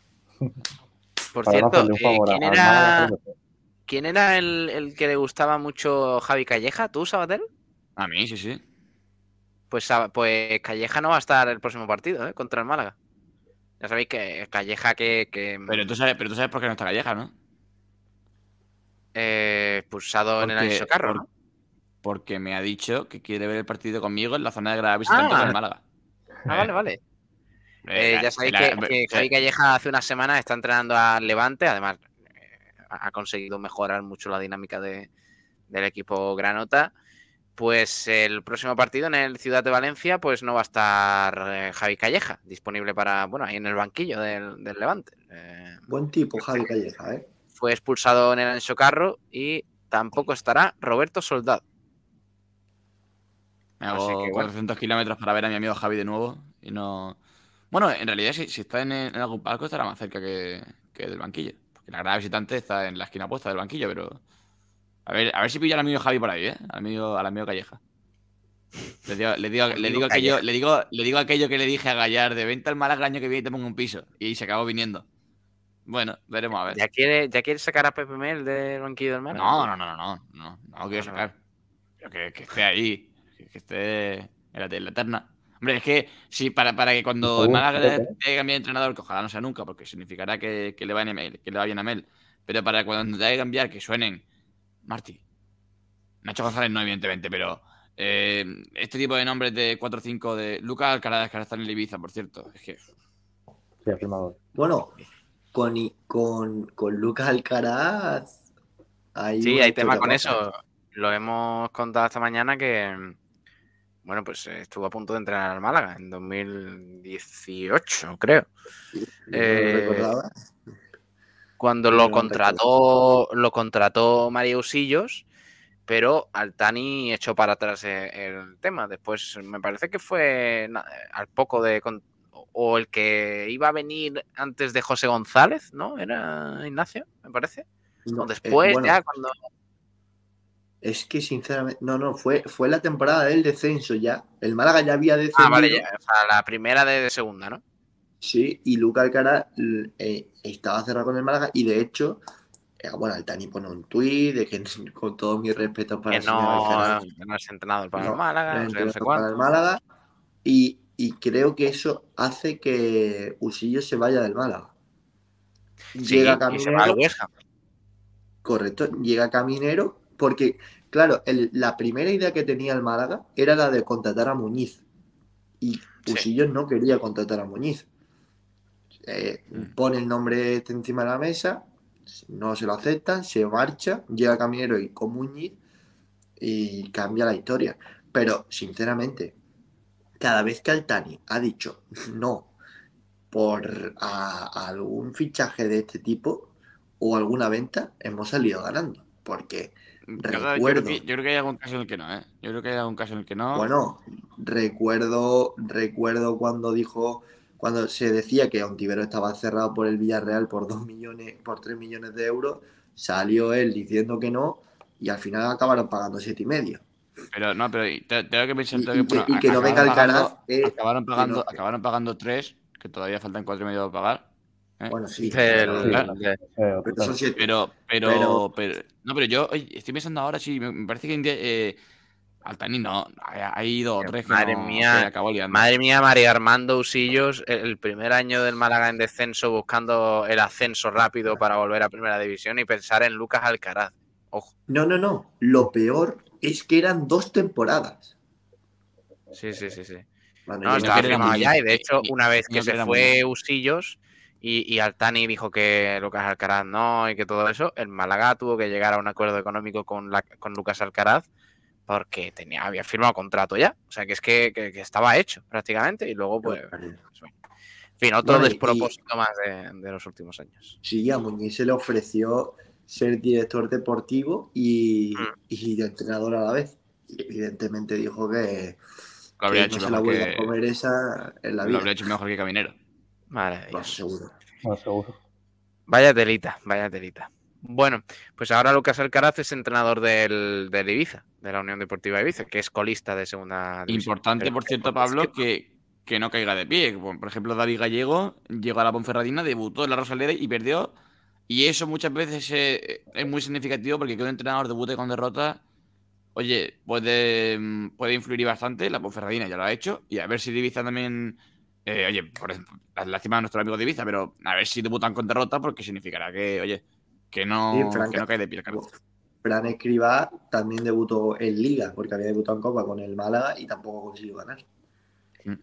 por Para no cierto, hacerle un eh, favor a- ¿quién al Málaga, era, creo que fue. ¿quién era el, el que le gustaba mucho Javi Calleja? ¿Tú, Sabater? A mí, sí, sí. Pues, Sab- pues Calleja no va a estar el próximo partido, ¿eh? Contra el Málaga. Ya sabéis que Calleja que, que Pero tú sabes, pero tú sabes por qué no está Calleja, ¿no? eh, expulsado en el Porque- Ancho Carro, por- ¿no? Porque me ha dicho que quiere ver el partido conmigo en la zona de grada visitante Ah. con el Málaga. Ah, vale, vale. Eh, Eh, ya sabéis la- que, la- que Javi Calleja hace unas semanas está entrenando al Levante, además eh, ha conseguido mejorar mucho la dinámica de, del equipo granota. Pues el próximo partido en el Ciudad de Valencia, pues no va a estar eh, Javi Calleja, disponible para, bueno, ahí en el banquillo del, del Levante. Eh, Buen tipo, Javi Calleja, ¿eh? fue expulsado en el Ancho Carro y tampoco estará Roberto Soldado. Me Así hago que, bueno. cuatrocientos kilómetros para ver a mi amigo Javi de nuevo y no... Bueno, en realidad si, si está en, en algún palco estará más cerca que, que del banquillo. Porque la grada visitante está en la esquina opuesta del banquillo, pero... A ver, a ver si pillo al amigo Javi por ahí, ¿eh? Al amigo, al amigo Calleja. Le digo, le digo, le Amigo digo aquello, Calleja. le digo, le digo aquello que le dije a Gallar, de venta al Málaga el año que viene y te pongo un piso. Y se acabó viniendo. Bueno, veremos a ver. ¿Ya quiere, ¿Ya quiere sacar a Pepe Mel del banquillo del Málaga? No, no, no, no, no, no, no lo quiero No, no. sacar. Pero que, que esté ahí, que, que esté en la, en la eterna. Hombre, es que sí, para, para que cuando el Según Málaga Pepe, tenga que cambiar de entrenador, que ojalá no sea nunca, porque significará que, que le va bien a Mel, que le va bien a Mel. Pero para cuando tenga que cambiar, que suenen Martí. Nacho González no, evidentemente, pero eh, este tipo de nombres de cuatro o cinco de Lucas Alcaraz, que ahora está en el Ibiza, por cierto. Es que Sí, ha firmado. Bueno, con, I- con, con Lucas Alcaraz. Hay Sí, una hay tema historia con guapa. eso. Lo hemos contado esta mañana que, bueno, pues eh, estuvo a punto de entrenar al Málaga en dos mil dieciocho, creo. Yo no Eh, lo recordaba. Cuando Yo lo no lo contrató, lo contrató María Usillos, pero Altani echó para atrás el, el tema. Después me parece que fue na- al poco de con- o el que iba a venir antes de José González, ¿no? Era Ignacio, me parece. No, O eh, después, bueno, ya cuando. es que sinceramente, no, no, fue, fue la temporada del descenso ya. El Málaga ya había descendido. Ah, vale, ya. O sea, la primera de, de segunda, ¿no? Sí, y Lucas Alcaraz eh, estaba cerrado con el Málaga y de hecho Eh, bueno, Altani pone un tuit de que con todos mis respetos para Que el señor no, Alcaraz, que no es entrenador para el no, Málaga, no no es sé, no sé entrenador para el cuánto. Málaga. Y, y creo que eso hace que Usillo se vaya del Málaga. Sí, Llega y se va al Caminero, West Ham. correcto, llega Caminero, porque, claro, el- la primera idea que tenía el Málaga era la de contratar a Muñiz. Y Sí. Usillo no quería contratar a Muñiz. Eh, pone el nombre este encima de la mesa, no se lo aceptan, se marcha, llega Caminero y con Muñiz y cambia la historia. Pero, sinceramente, cada vez que Altani ha dicho no por a, a algún fichaje de este tipo o alguna venta, hemos salido ganando. Porque Yo, yo creo recuerdo, que, yo creo que hay algún caso en el que no, ¿eh? Yo creo que hay algún caso en el que no. bueno, recuerdo, recuerdo cuando dijo, cuando se decía que Ontivero estaba cerrado por el Villarreal por dos millones, por tres millones de euros, salió él diciendo que no y al final acabaron pagando siete y medio. Pero no, pero te- tengo que pensar Y, tengo y que, que, bueno, y que no venga acabaron Alcaraz, pagando, eh, acabaron que pagando, no- acabaron pagando tres, que todavía faltan cuatro y medio por pagar. ¿eh? bueno, sí, Del- pero, claro. de- Eh, pero son siete. Pero, pero, Pero- pero, no, pero yo oye, estoy pensando ahora, sí, me, me parece que en día, eh, Altani no, hay, hay dos o tres que Madre no, mía, que acabó liando. Madre mía, María Armando Usillos, el, el primer año del Málaga en descenso, buscando el ascenso rápido para volver a Primera División y pensar en Lucas Alcaraz. Ojo. No, no, no. Lo peor es que eran dos temporadas. Sí, sí, sí, sí. Cuando No, llegó estaba que era firmado muy ya y bien. de hecho Y- una vez y que no que se era muy fue Usillos y, y Altani dijo que Lucas Alcaraz no y que todo eso, el Málaga tuvo que llegar a un acuerdo económico con, la, con Lucas Alcaraz porque tenía, había firmado contrato ya. O sea que es que, que, que estaba hecho prácticamente y luego pues... En fin, otro Bueno, y- despropósito más de, de los últimos años. Sí, a Muñiz se le ofreció ser director deportivo y, Mm. y de entrenador a la vez. Y evidentemente dijo que, Lo habría que hecho no se la mejor vuelve a que, comer esa en la lo vida. habría hecho mejor que Caminero. Madre de Bueno, Dios. seguro. No, seguro. Vaya telita, vaya telita. Bueno, pues ahora Lucas Alcaraz es entrenador del, del Ibiza, de la Unión Deportiva Ibiza, que es colista de segunda división. Importante, Pero por que, cierto, Pablo, que, que no caiga de pie. Por por ejemplo, David Gallego llegó a la Ponferradina, debutó en la Rosaleda y perdió. Y eso muchas veces eh, es muy significativo porque que un entrenador debute con derrota, oye, puede, mm, puede influir bastante. La Ponferradina ya lo ha hecho. Y a ver si de Ibiza también... eh, oye, por ejemplo, lástima a nuestro amigo de Ibiza, pero a ver si debutan con derrota porque significará que, oye, que no, Sí, Fran, que no cae de pie el Alcaraz. Fran Escribá también debutó en Liga, porque había debutado en Copa con el Málaga y tampoco consiguió ganar. Mm.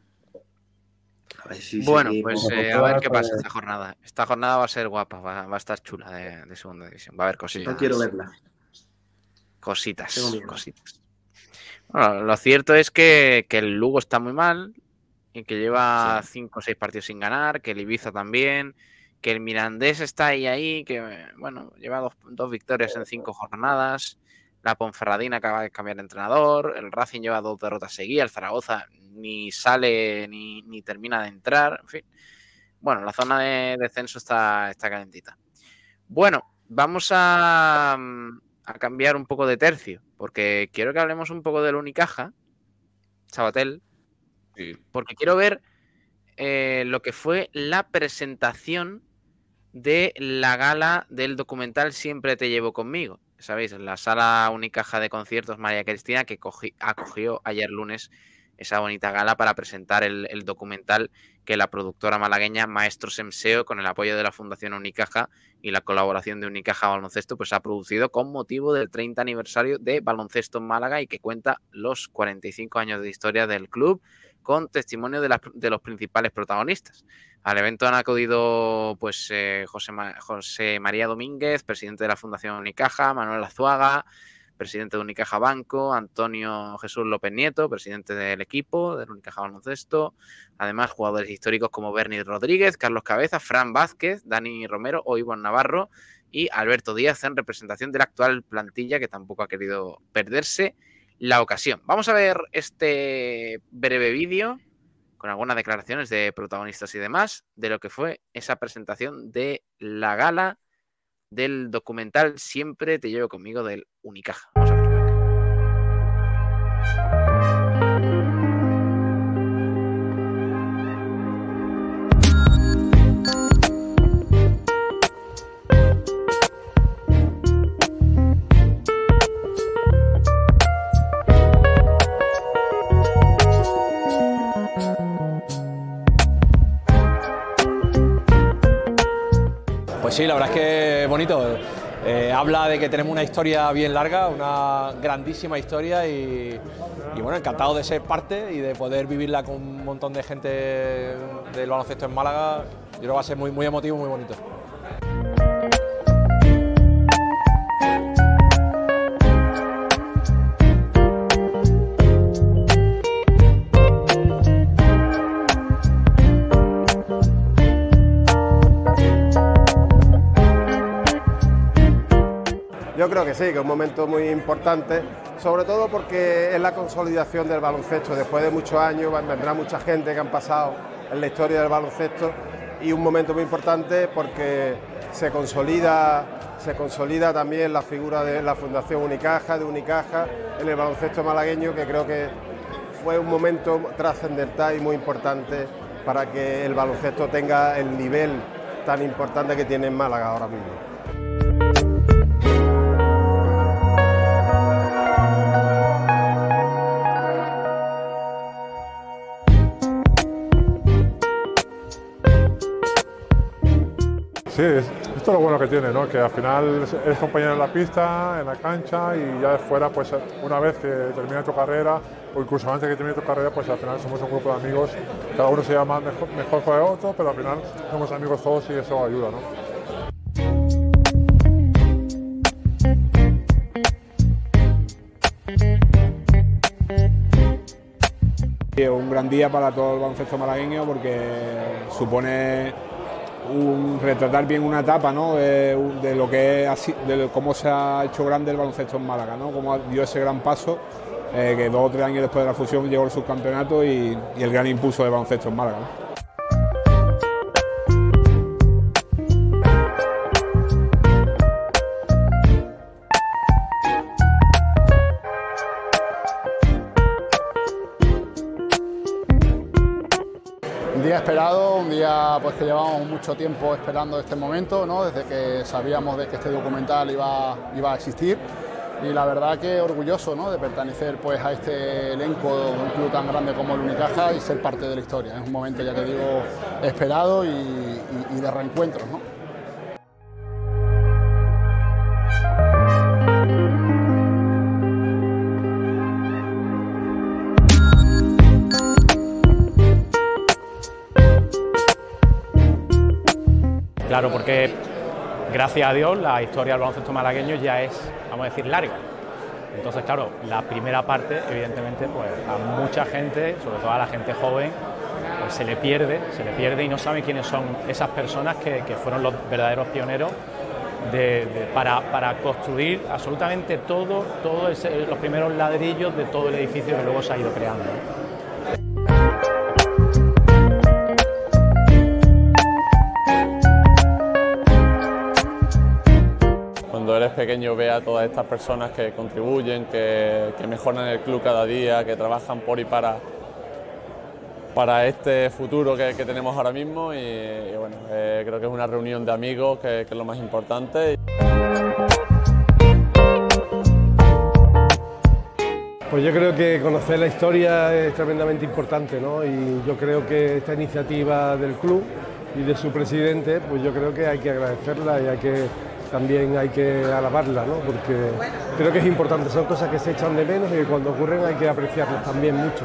A ver si Bueno, seguimos. pues eh, a ver qué pasa esta jornada. Esta jornada va a ser guapa, va, va a estar chula de, de segunda división. Va a haber cositas. No quiero verla. Cositas, Tengo miedo. cositas. Bueno, lo cierto es que, que el Lugo está muy mal y que lleva cinco o seis partidos sin ganar, que el Ibiza también, que el Mirandés está ahí ahí, que bueno, lleva dos, dos victorias en cinco jornadas, la Ponferradina acaba de cambiar de entrenador, el Racing lleva dos derrotas seguidas, el Zaragoza ni sale ni, ni termina de entrar, en fin. Bueno, la zona de descenso está, está calentita. Bueno, vamos a, a cambiar un poco de tercio, porque quiero que hablemos un poco del Unicaja, Sabatel, Sí. porque quiero ver eh, lo que fue la presentación de la gala del documental Siempre te llevo conmigo. ¿Sabéis? En la sala Unicaja de conciertos María Cristina, que cogí, acogió ayer lunes esa bonita gala para presentar el, el documental que la productora malagueña Maestros M S E O, con el apoyo de la Fundación Unicaja y la colaboración de Unicaja Baloncesto, pues ha producido con motivo del treinta aniversario de Baloncesto en Málaga y que cuenta los cuarenta y cinco años de historia del club con testimonio de, la, de los principales protagonistas. Al evento han acudido pues eh, José, Ma- José María Domínguez, presidente de la Fundación Unicaja, Manuel Azuaga, presidente de Unicaja Banco, Antonio Jesús López Nieto, presidente del equipo del Unicaja Baloncesto, además jugadores históricos como Bernie Rodríguez, Carlos Cabeza, Fran Vázquez, Dani Romero o Iván Navarro y Alberto Díaz en representación de la actual plantilla, que tampoco ha querido perderse la ocasión. Vamos a ver este breve vídeo con algunas declaraciones de protagonistas y demás de lo que fue esa presentación de la gala del documental Siempre te llevo conmigo del Unicaja. Vamos a ver. sí, la verdad es que bonito. Eh, habla de que tenemos una historia bien larga, una grandísima historia y, y bueno, encantado de ser parte y de poder vivirla con un montón de gente del baloncesto en Málaga. Yo creo que va a ser muy, muy emotivo, muy bonito. Yo creo que sí, que es un momento muy importante, sobre todo porque es la consolidación del baloncesto. Después de muchos años vendrá mucha gente que han pasado en la historia del baloncesto y un momento muy importante porque se consolida, se consolida también la figura de la Fundación Unicaja, de Unicaja, en el baloncesto malagueño, que creo que fue un momento trascendental y muy importante para que el baloncesto tenga el nivel tan importante que tiene en Málaga ahora mismo. Sí, esto es lo bueno que tiene, ¿no? Que al final eres compañero en la pista, en la cancha y ya de fuera, pues una vez que termina tu carrera o incluso antes que termine tu carrera, pues al final somos un grupo de amigos, cada uno se llama mejor, mejor que el otro, pero al final somos amigos todos y eso ayuda, ¿no? Un gran día para todo el baloncesto malagueño porque supone un, retratar bien una etapa, ¿no? de, de lo que es, de cómo se ha hecho grande el baloncesto en Málaga, ¿no? Cómo dio ese gran paso, eh, que dos o tres años después de la fusión llegó el subcampeonato y, y el gran impulso del baloncesto en Málaga, ¿no? Un día esperado, un día pues que llevamos mucho tiempo esperando este momento, ¿no? Desde que sabíamos de que este documental iba, iba a existir y la verdad que orgulloso, ¿no? De pertenecer pues a este elenco de un club tan grande como el Unicaja y ser parte de la historia. Es un momento, ya te digo, esperado y, y, y de reencuentros, ¿no? Claro, porque gracias a Dios la historia del baloncesto malagueño ya es, vamos a decir, larga. Entonces, claro, la primera parte, evidentemente, pues a mucha gente, sobre todo a la gente joven, pues se le pierde, se le pierde y no sabe quiénes son esas personas que, que fueron los verdaderos pioneros de, de, para, para construir absolutamente todo, todo ese, los primeros ladrillos de todo el edificio que luego se ha ido creando, ¿no? Cuando eres pequeño ve a todas estas personas que contribuyen, que, que mejoran el club cada día, que trabajan por y para, para este futuro que, que tenemos ahora mismo y, y bueno, eh, creo que es una reunión de amigos que, que es lo más importante. Pues yo creo que conocer la historia es tremendamente importante, ¿no? Y yo creo que esta iniciativa del club y de su presidente, pues yo creo que hay que agradecerla y hay que también hay que alabarla, ¿no? Porque creo que es importante, son cosas que se echan de menos y que cuando ocurren hay que apreciarlas también mucho.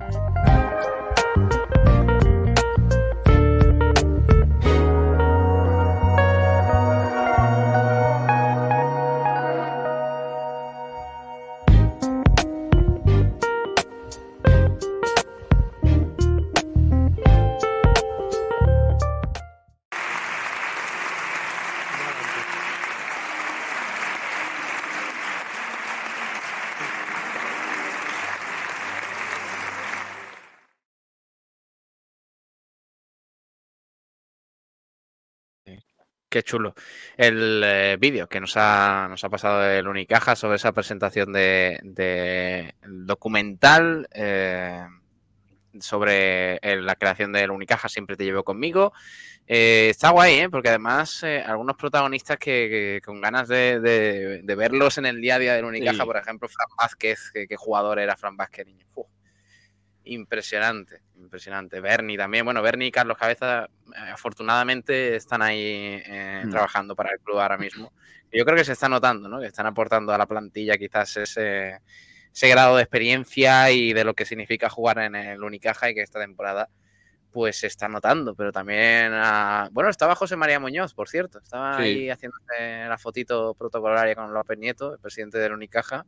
Qué chulo. El eh, vídeo que nos ha, nos ha pasado el Unicaja sobre esa presentación de, de documental eh, sobre el, la creación del Unicaja Siempre te llevo conmigo. Eh, está guay, ¿eh? Porque además eh, algunos protagonistas que, que con ganas de, de, de verlos en el día a día del Unicaja, sí. Por ejemplo, Fran Vázquez, que, que jugador era Fran Vázquez, niño. Uf. Impresionante, impresionante. Berni también. Bueno, Berni y Carlos Cabeza, eh, afortunadamente, están ahí eh, Mm. trabajando para el club ahora mismo. Yo creo que se está notando, ¿no? Que están aportando a la plantilla quizás ese, ese grado de experiencia y de lo que significa jugar en el Unicaja, y que esta temporada pues se está notando. Pero también, ah, bueno, estaba José María Muñoz, por cierto. Estaba Sí. ahí haciéndose la fotito protocolaria con López Nieto, el presidente del Unicaja.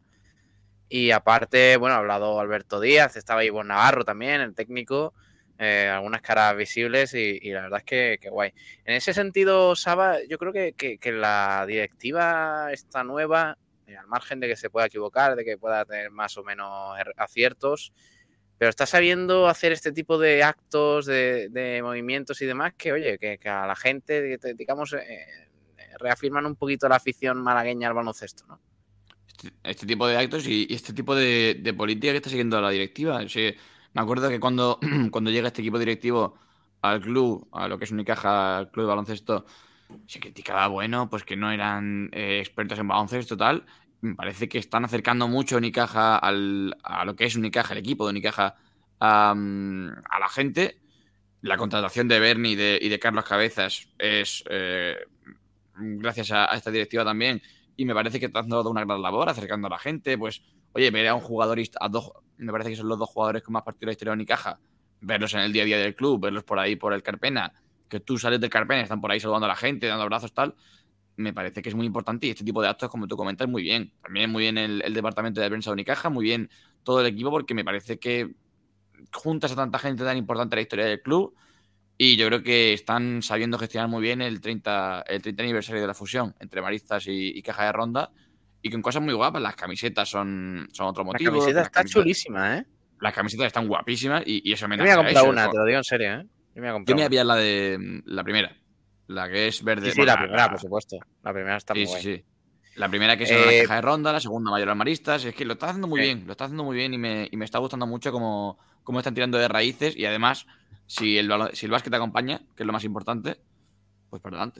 Y aparte, bueno, ha hablado Alberto Díaz, estaba Ivonne Navarro también, el técnico, eh, algunas caras visibles y, y la verdad es que, que guay. En ese sentido, Saba, yo creo que, que, que la directiva esta nueva, eh, al margen de que se pueda equivocar, de que pueda tener más o menos er- aciertos, pero está sabiendo hacer este tipo de actos, de, de movimientos y demás, que oye, que, que a la gente, que, digamos, eh, reafirman un poquito la afición malagueña al baloncesto, ¿no? Este tipo de actos y, y este tipo de, de política que está siguiendo la directiva. O sea, me acuerdo que cuando, cuando llega este equipo directivo al club, a lo que es Unicaja, al club de baloncesto, se criticaba, bueno, pues que no eran eh, expertos en baloncesto, tal. Me parece que están acercando mucho Unicaja al, a lo que es Unicaja, el equipo de Unicaja, a, a la gente. La contratación de Berni y de, y de Carlos Cabezas es eh, gracias a, a esta directiva también. Y me parece que están dando una gran labor acercando a la gente. Pues, oye, ver a un jugador, a dos, me parece que son los dos jugadores con más partidos de la historia de Unicaja, verlos en el día a día del club, verlos por ahí por el Carpena, que tú sales del Carpena, están por ahí saludando a la gente, dando abrazos, tal. Me parece que es muy importante y este tipo de actos, como tú comentas, muy bien. También muy bien el, el departamento de prensa de Unicaja, muy bien todo el equipo, porque me parece que juntas a tanta gente tan importante en la historia del club. Y yo creo que están sabiendo gestionar muy bien el treinta, el treinta aniversario de la fusión entre Maristas y, y Caja de Ronda. Y con cosas muy guapas. Las camisetas son, son otro motivo. La camiseta las está camisetas, chulísima, ¿eh? Las camisetas están guapísimas y, y eso me Yo me voy a comprar una, te lo digo en serio, ¿eh? Yo me voy a Yo comprar me voy a una. pillar la de la primera. La que es verde. Sí, sí, bueno, la primera, por supuesto. La primera está sí, muy sí, guay. sí. La primera que es Eh, la Caja de Ronda, la segunda Mayor Maristas. Es que lo está haciendo muy Sí. bien. Lo está haciendo muy bien y me, y me está gustando mucho cómo, cómo están tirando de raíces. Y además, si el, balo- si el básquet te acompaña, que es lo más importante, pues por delante.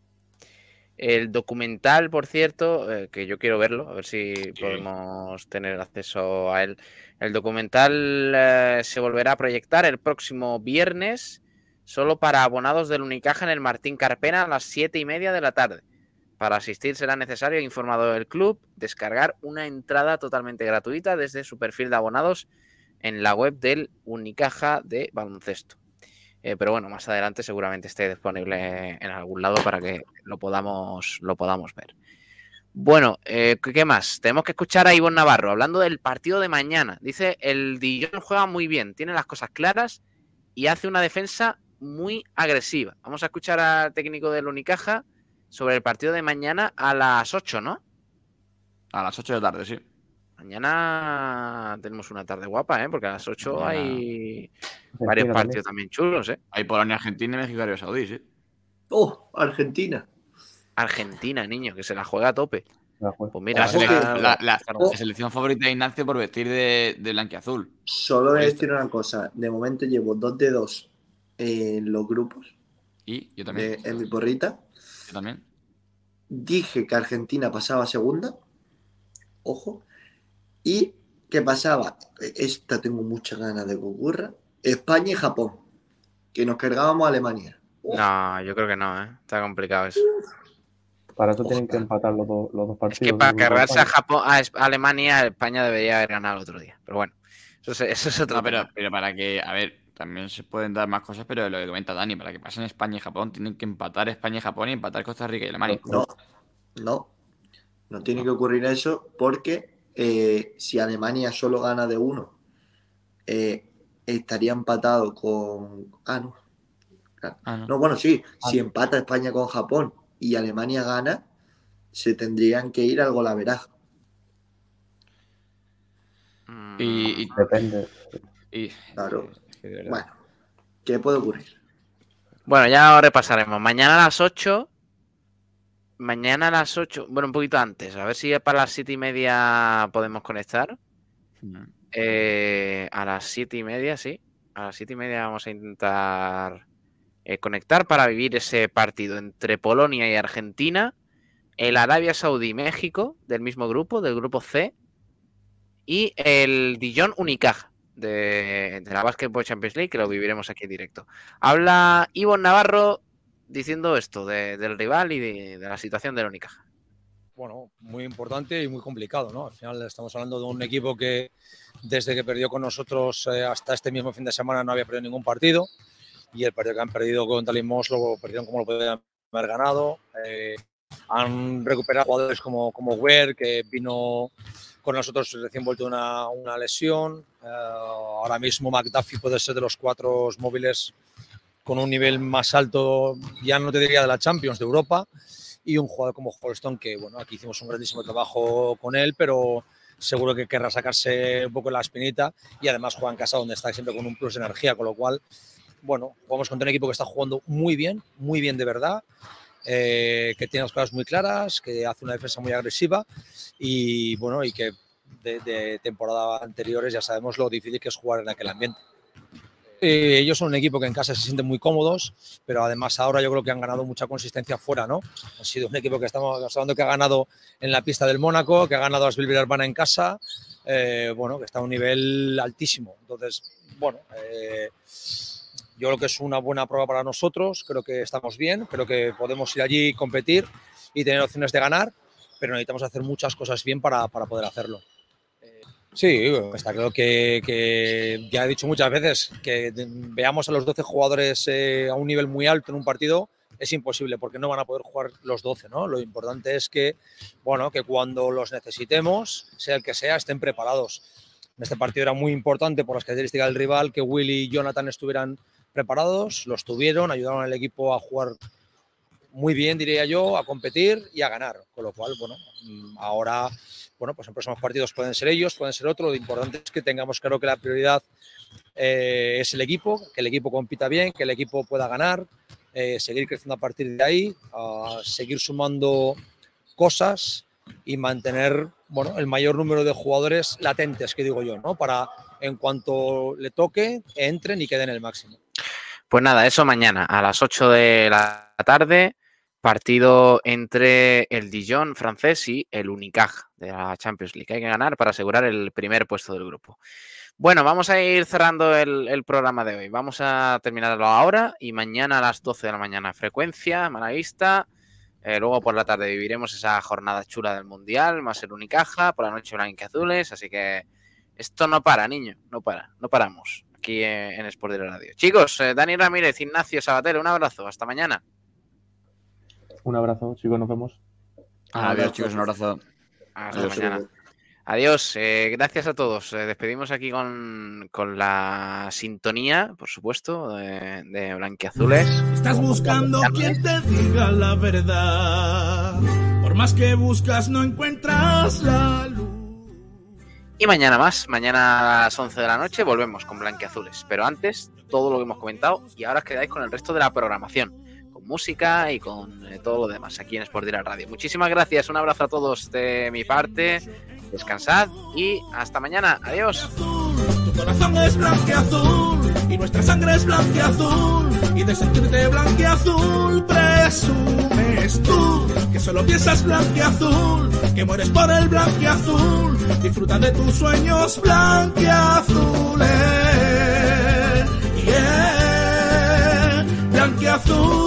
El documental, por cierto, eh, que yo quiero verlo, a ver si podemos tener acceso a él. El documental eh, se volverá a proyectar el próximo viernes, solo para abonados del Unicaja en el Martín Carpena a las siete y media de la tarde. Para asistir será necesario, ha informado el club, descargar una entrada totalmente gratuita desde su perfil de abonados en la web del Unicaja de baloncesto. Eh, pero bueno, más adelante seguramente esté disponible en algún lado para que lo podamos, lo podamos ver. Bueno, eh, ¿qué más? Tenemos que escuchar a Ivonne Navarro hablando del partido de mañana. Dice, el Dijon juega muy bien, tiene las cosas claras y hace una defensa muy agresiva. Vamos a escuchar al técnico del Unicaja sobre el partido de mañana a las ocho, ¿no? A las ocho de la tarde, sí. Mañana tenemos una tarde guapa, ¿eh? Porque a las ocho Mañana- hay Argentina varios también. partidos también chulos, ¿eh? Hay Polonia, Argentina y México y Arabia Saudí, sí. ¡Oh! Argentina. Argentina, niño, que se la juega a tope. Pues mira, La, será- selec- la- la- Oh. la selección favorita de Ignacio por vestir de, de blanquiazul. Solo voy a Ahí decir una cosa. De momento llevo dos de dos en los grupos. Y yo también. de- en mi porrita. Yo también. Dije que Argentina pasaba segunda. Ojo. Y que pasaba, esta tengo muchas ganas de que ocurra, España y Japón. Que nos cargábamos a Alemania. No, yo creo que no, ¿eh? Está complicado eso. Para eso tienen que empatar los, dos- los dos partidos. Que para del grupo de cargarse a España. Japón, a Es- a Alemania, España debería haber ganado el otro día. Pero bueno, eso es, eso es otro No, pero, tema. pero para que, a ver, también se pueden dar más cosas, pero lo que comenta Dani, para que pasen España y Japón, tienen que empatar España y Japón y empatar Costa Rica y Alemania. No, no. No tiene que ocurrir eso porque eh, si Alemania solo gana de uno, eh, estaría empatado con... Ah, no. Ah, no. No, bueno, sí. Si empata España con Japón y Alemania gana, se tendrían que ir al golaveraje. Y, y- Depende. y- Claro. es que de verdad. Bueno, ¿qué puede ocurrir? Bueno, ya lo repasaremos. Mañana a las ocho. Mañana a las ocho. Bueno, un poquito antes. A ver si para las siete y media podemos conectar. Eh, a las siete y media, sí. A las siete y media vamos a intentar eh, conectar para vivir ese partido entre Polonia y Argentina, el Arabia Saudí México, del mismo grupo, del grupo C, y el Dijon Unicaja, de, de la Basketball Champions League, que lo viviremos aquí en directo. Habla Ivonne Navarro diciendo esto de, del rival y de, de la situación del Unicaja. Bueno, muy importante y muy complicado, ¿no? Al final estamos hablando de un equipo que desde que perdió con nosotros eh, hasta este mismo fin de semana no había perdido ningún partido, y el partido que han perdido contra Limos lo perdieron como lo podían haber ganado. Eh, han recuperado jugadores como, como Ware, que vino con nosotros recién vuelto de una, una lesión. Eh, ahora mismo McDuffie puede ser de los cuatro móviles con un nivel más alto, ya no te diría de la Champions, de Europa. Y un jugador como Holston, que bueno, aquí hicimos un grandísimo trabajo con él, pero seguro que querrá sacarse un poco la espinita, y además juega en casa donde está siempre con un plus de energía, con lo cual, bueno, jugamos contra un equipo que está jugando muy bien, muy bien de verdad, eh, que tiene las cosas muy claras, que hace una defensa muy agresiva y bueno, y que de, de temporadas anteriores ya sabemos lo difícil que es jugar en aquel ambiente. Eh, ellos son un equipo que en casa se sienten muy cómodos, pero además ahora yo creo que han ganado mucha consistencia fuera, ¿no? Ha sido un equipo que estamos hablando que ha ganado en la pista del Mónaco, que ha ganado a Asbel en casa, eh, bueno, que está a un nivel altísimo. Entonces, bueno, eh, yo creo que es una buena prueba para nosotros, creo que estamos bien, creo que podemos ir allí, competir y tener opciones de ganar, pero necesitamos hacer muchas cosas bien para, para poder hacerlo. Sí, está claro que, que ya he dicho muchas veces que veamos a los doce jugadores eh, a un nivel muy alto en un partido es imposible, porque no van a poder jugar los doce, ¿no? Lo importante es que, bueno, que cuando los necesitemos, sea el que sea, estén preparados. En este partido era muy importante por las características del rival que Willy y Jonathan estuvieran preparados, los tuvieron, ayudaron al equipo a jugar muy bien, diría yo, a competir y a ganar, con lo cual, bueno, ahora... Bueno, pues en próximos partidos pueden ser ellos, pueden ser otros. Lo importante es que tengamos claro que la prioridad eh, es el equipo, que el equipo compita bien, que el equipo pueda ganar, eh, seguir creciendo a partir de ahí, uh, seguir sumando cosas y mantener, bueno, el mayor número de jugadores latentes, que digo yo, ¿no? Para en cuanto le toque, entren y queden el máximo. Pues nada, eso mañana a las ocho de la tarde. Partido entre el Dijon francés y el Unicaja de la Champions League. Hay que ganar para asegurar el primer puesto del grupo. Bueno, vamos a ir cerrando el, el programa de hoy. Vamos a terminarlo ahora y mañana a las doce de la mañana Frecuencia, Malaguista. Eh, luego por la tarde viviremos esa jornada chula del Mundial, más el Unicaja, por la noche blanquiazules. Así que esto no para, niño, no para, no paramos aquí en, en Sport Direct Radio. Chicos, eh, Dani Ramírez, Ignacio Sabater, un abrazo, hasta mañana. Un abrazo, chicos, nos vemos. Adiós, chicos, un abrazo. Hasta Adiós, mañana. Adiós, Adiós eh, gracias a todos. Eh, despedimos aquí con, con la sintonía, por supuesto, de, de Blanquiazules. Estás buscando quien te diga la verdad. Por más que buscas, no encuentras la luz. Y mañana más, mañana a las once de la noche volvemos con Blanquiazules. Pero antes, todo lo que hemos comentado y ahora os quedáis con el resto de la programación. Música y con eh, todo lo demás aquí en Sport Direct Radio. Muchísimas gracias, un abrazo a todos de mi parte, descansad y hasta mañana, adiós. Tu corazón es blanquiazul y nuestra sangre es blanquiazul, y de sentirte blanquiazul presumes tú que solo piensas blanquiazul, que mueres por el blanquiazul. Disfruta de tus sueños blanquiazules, yeah, blanquiazul.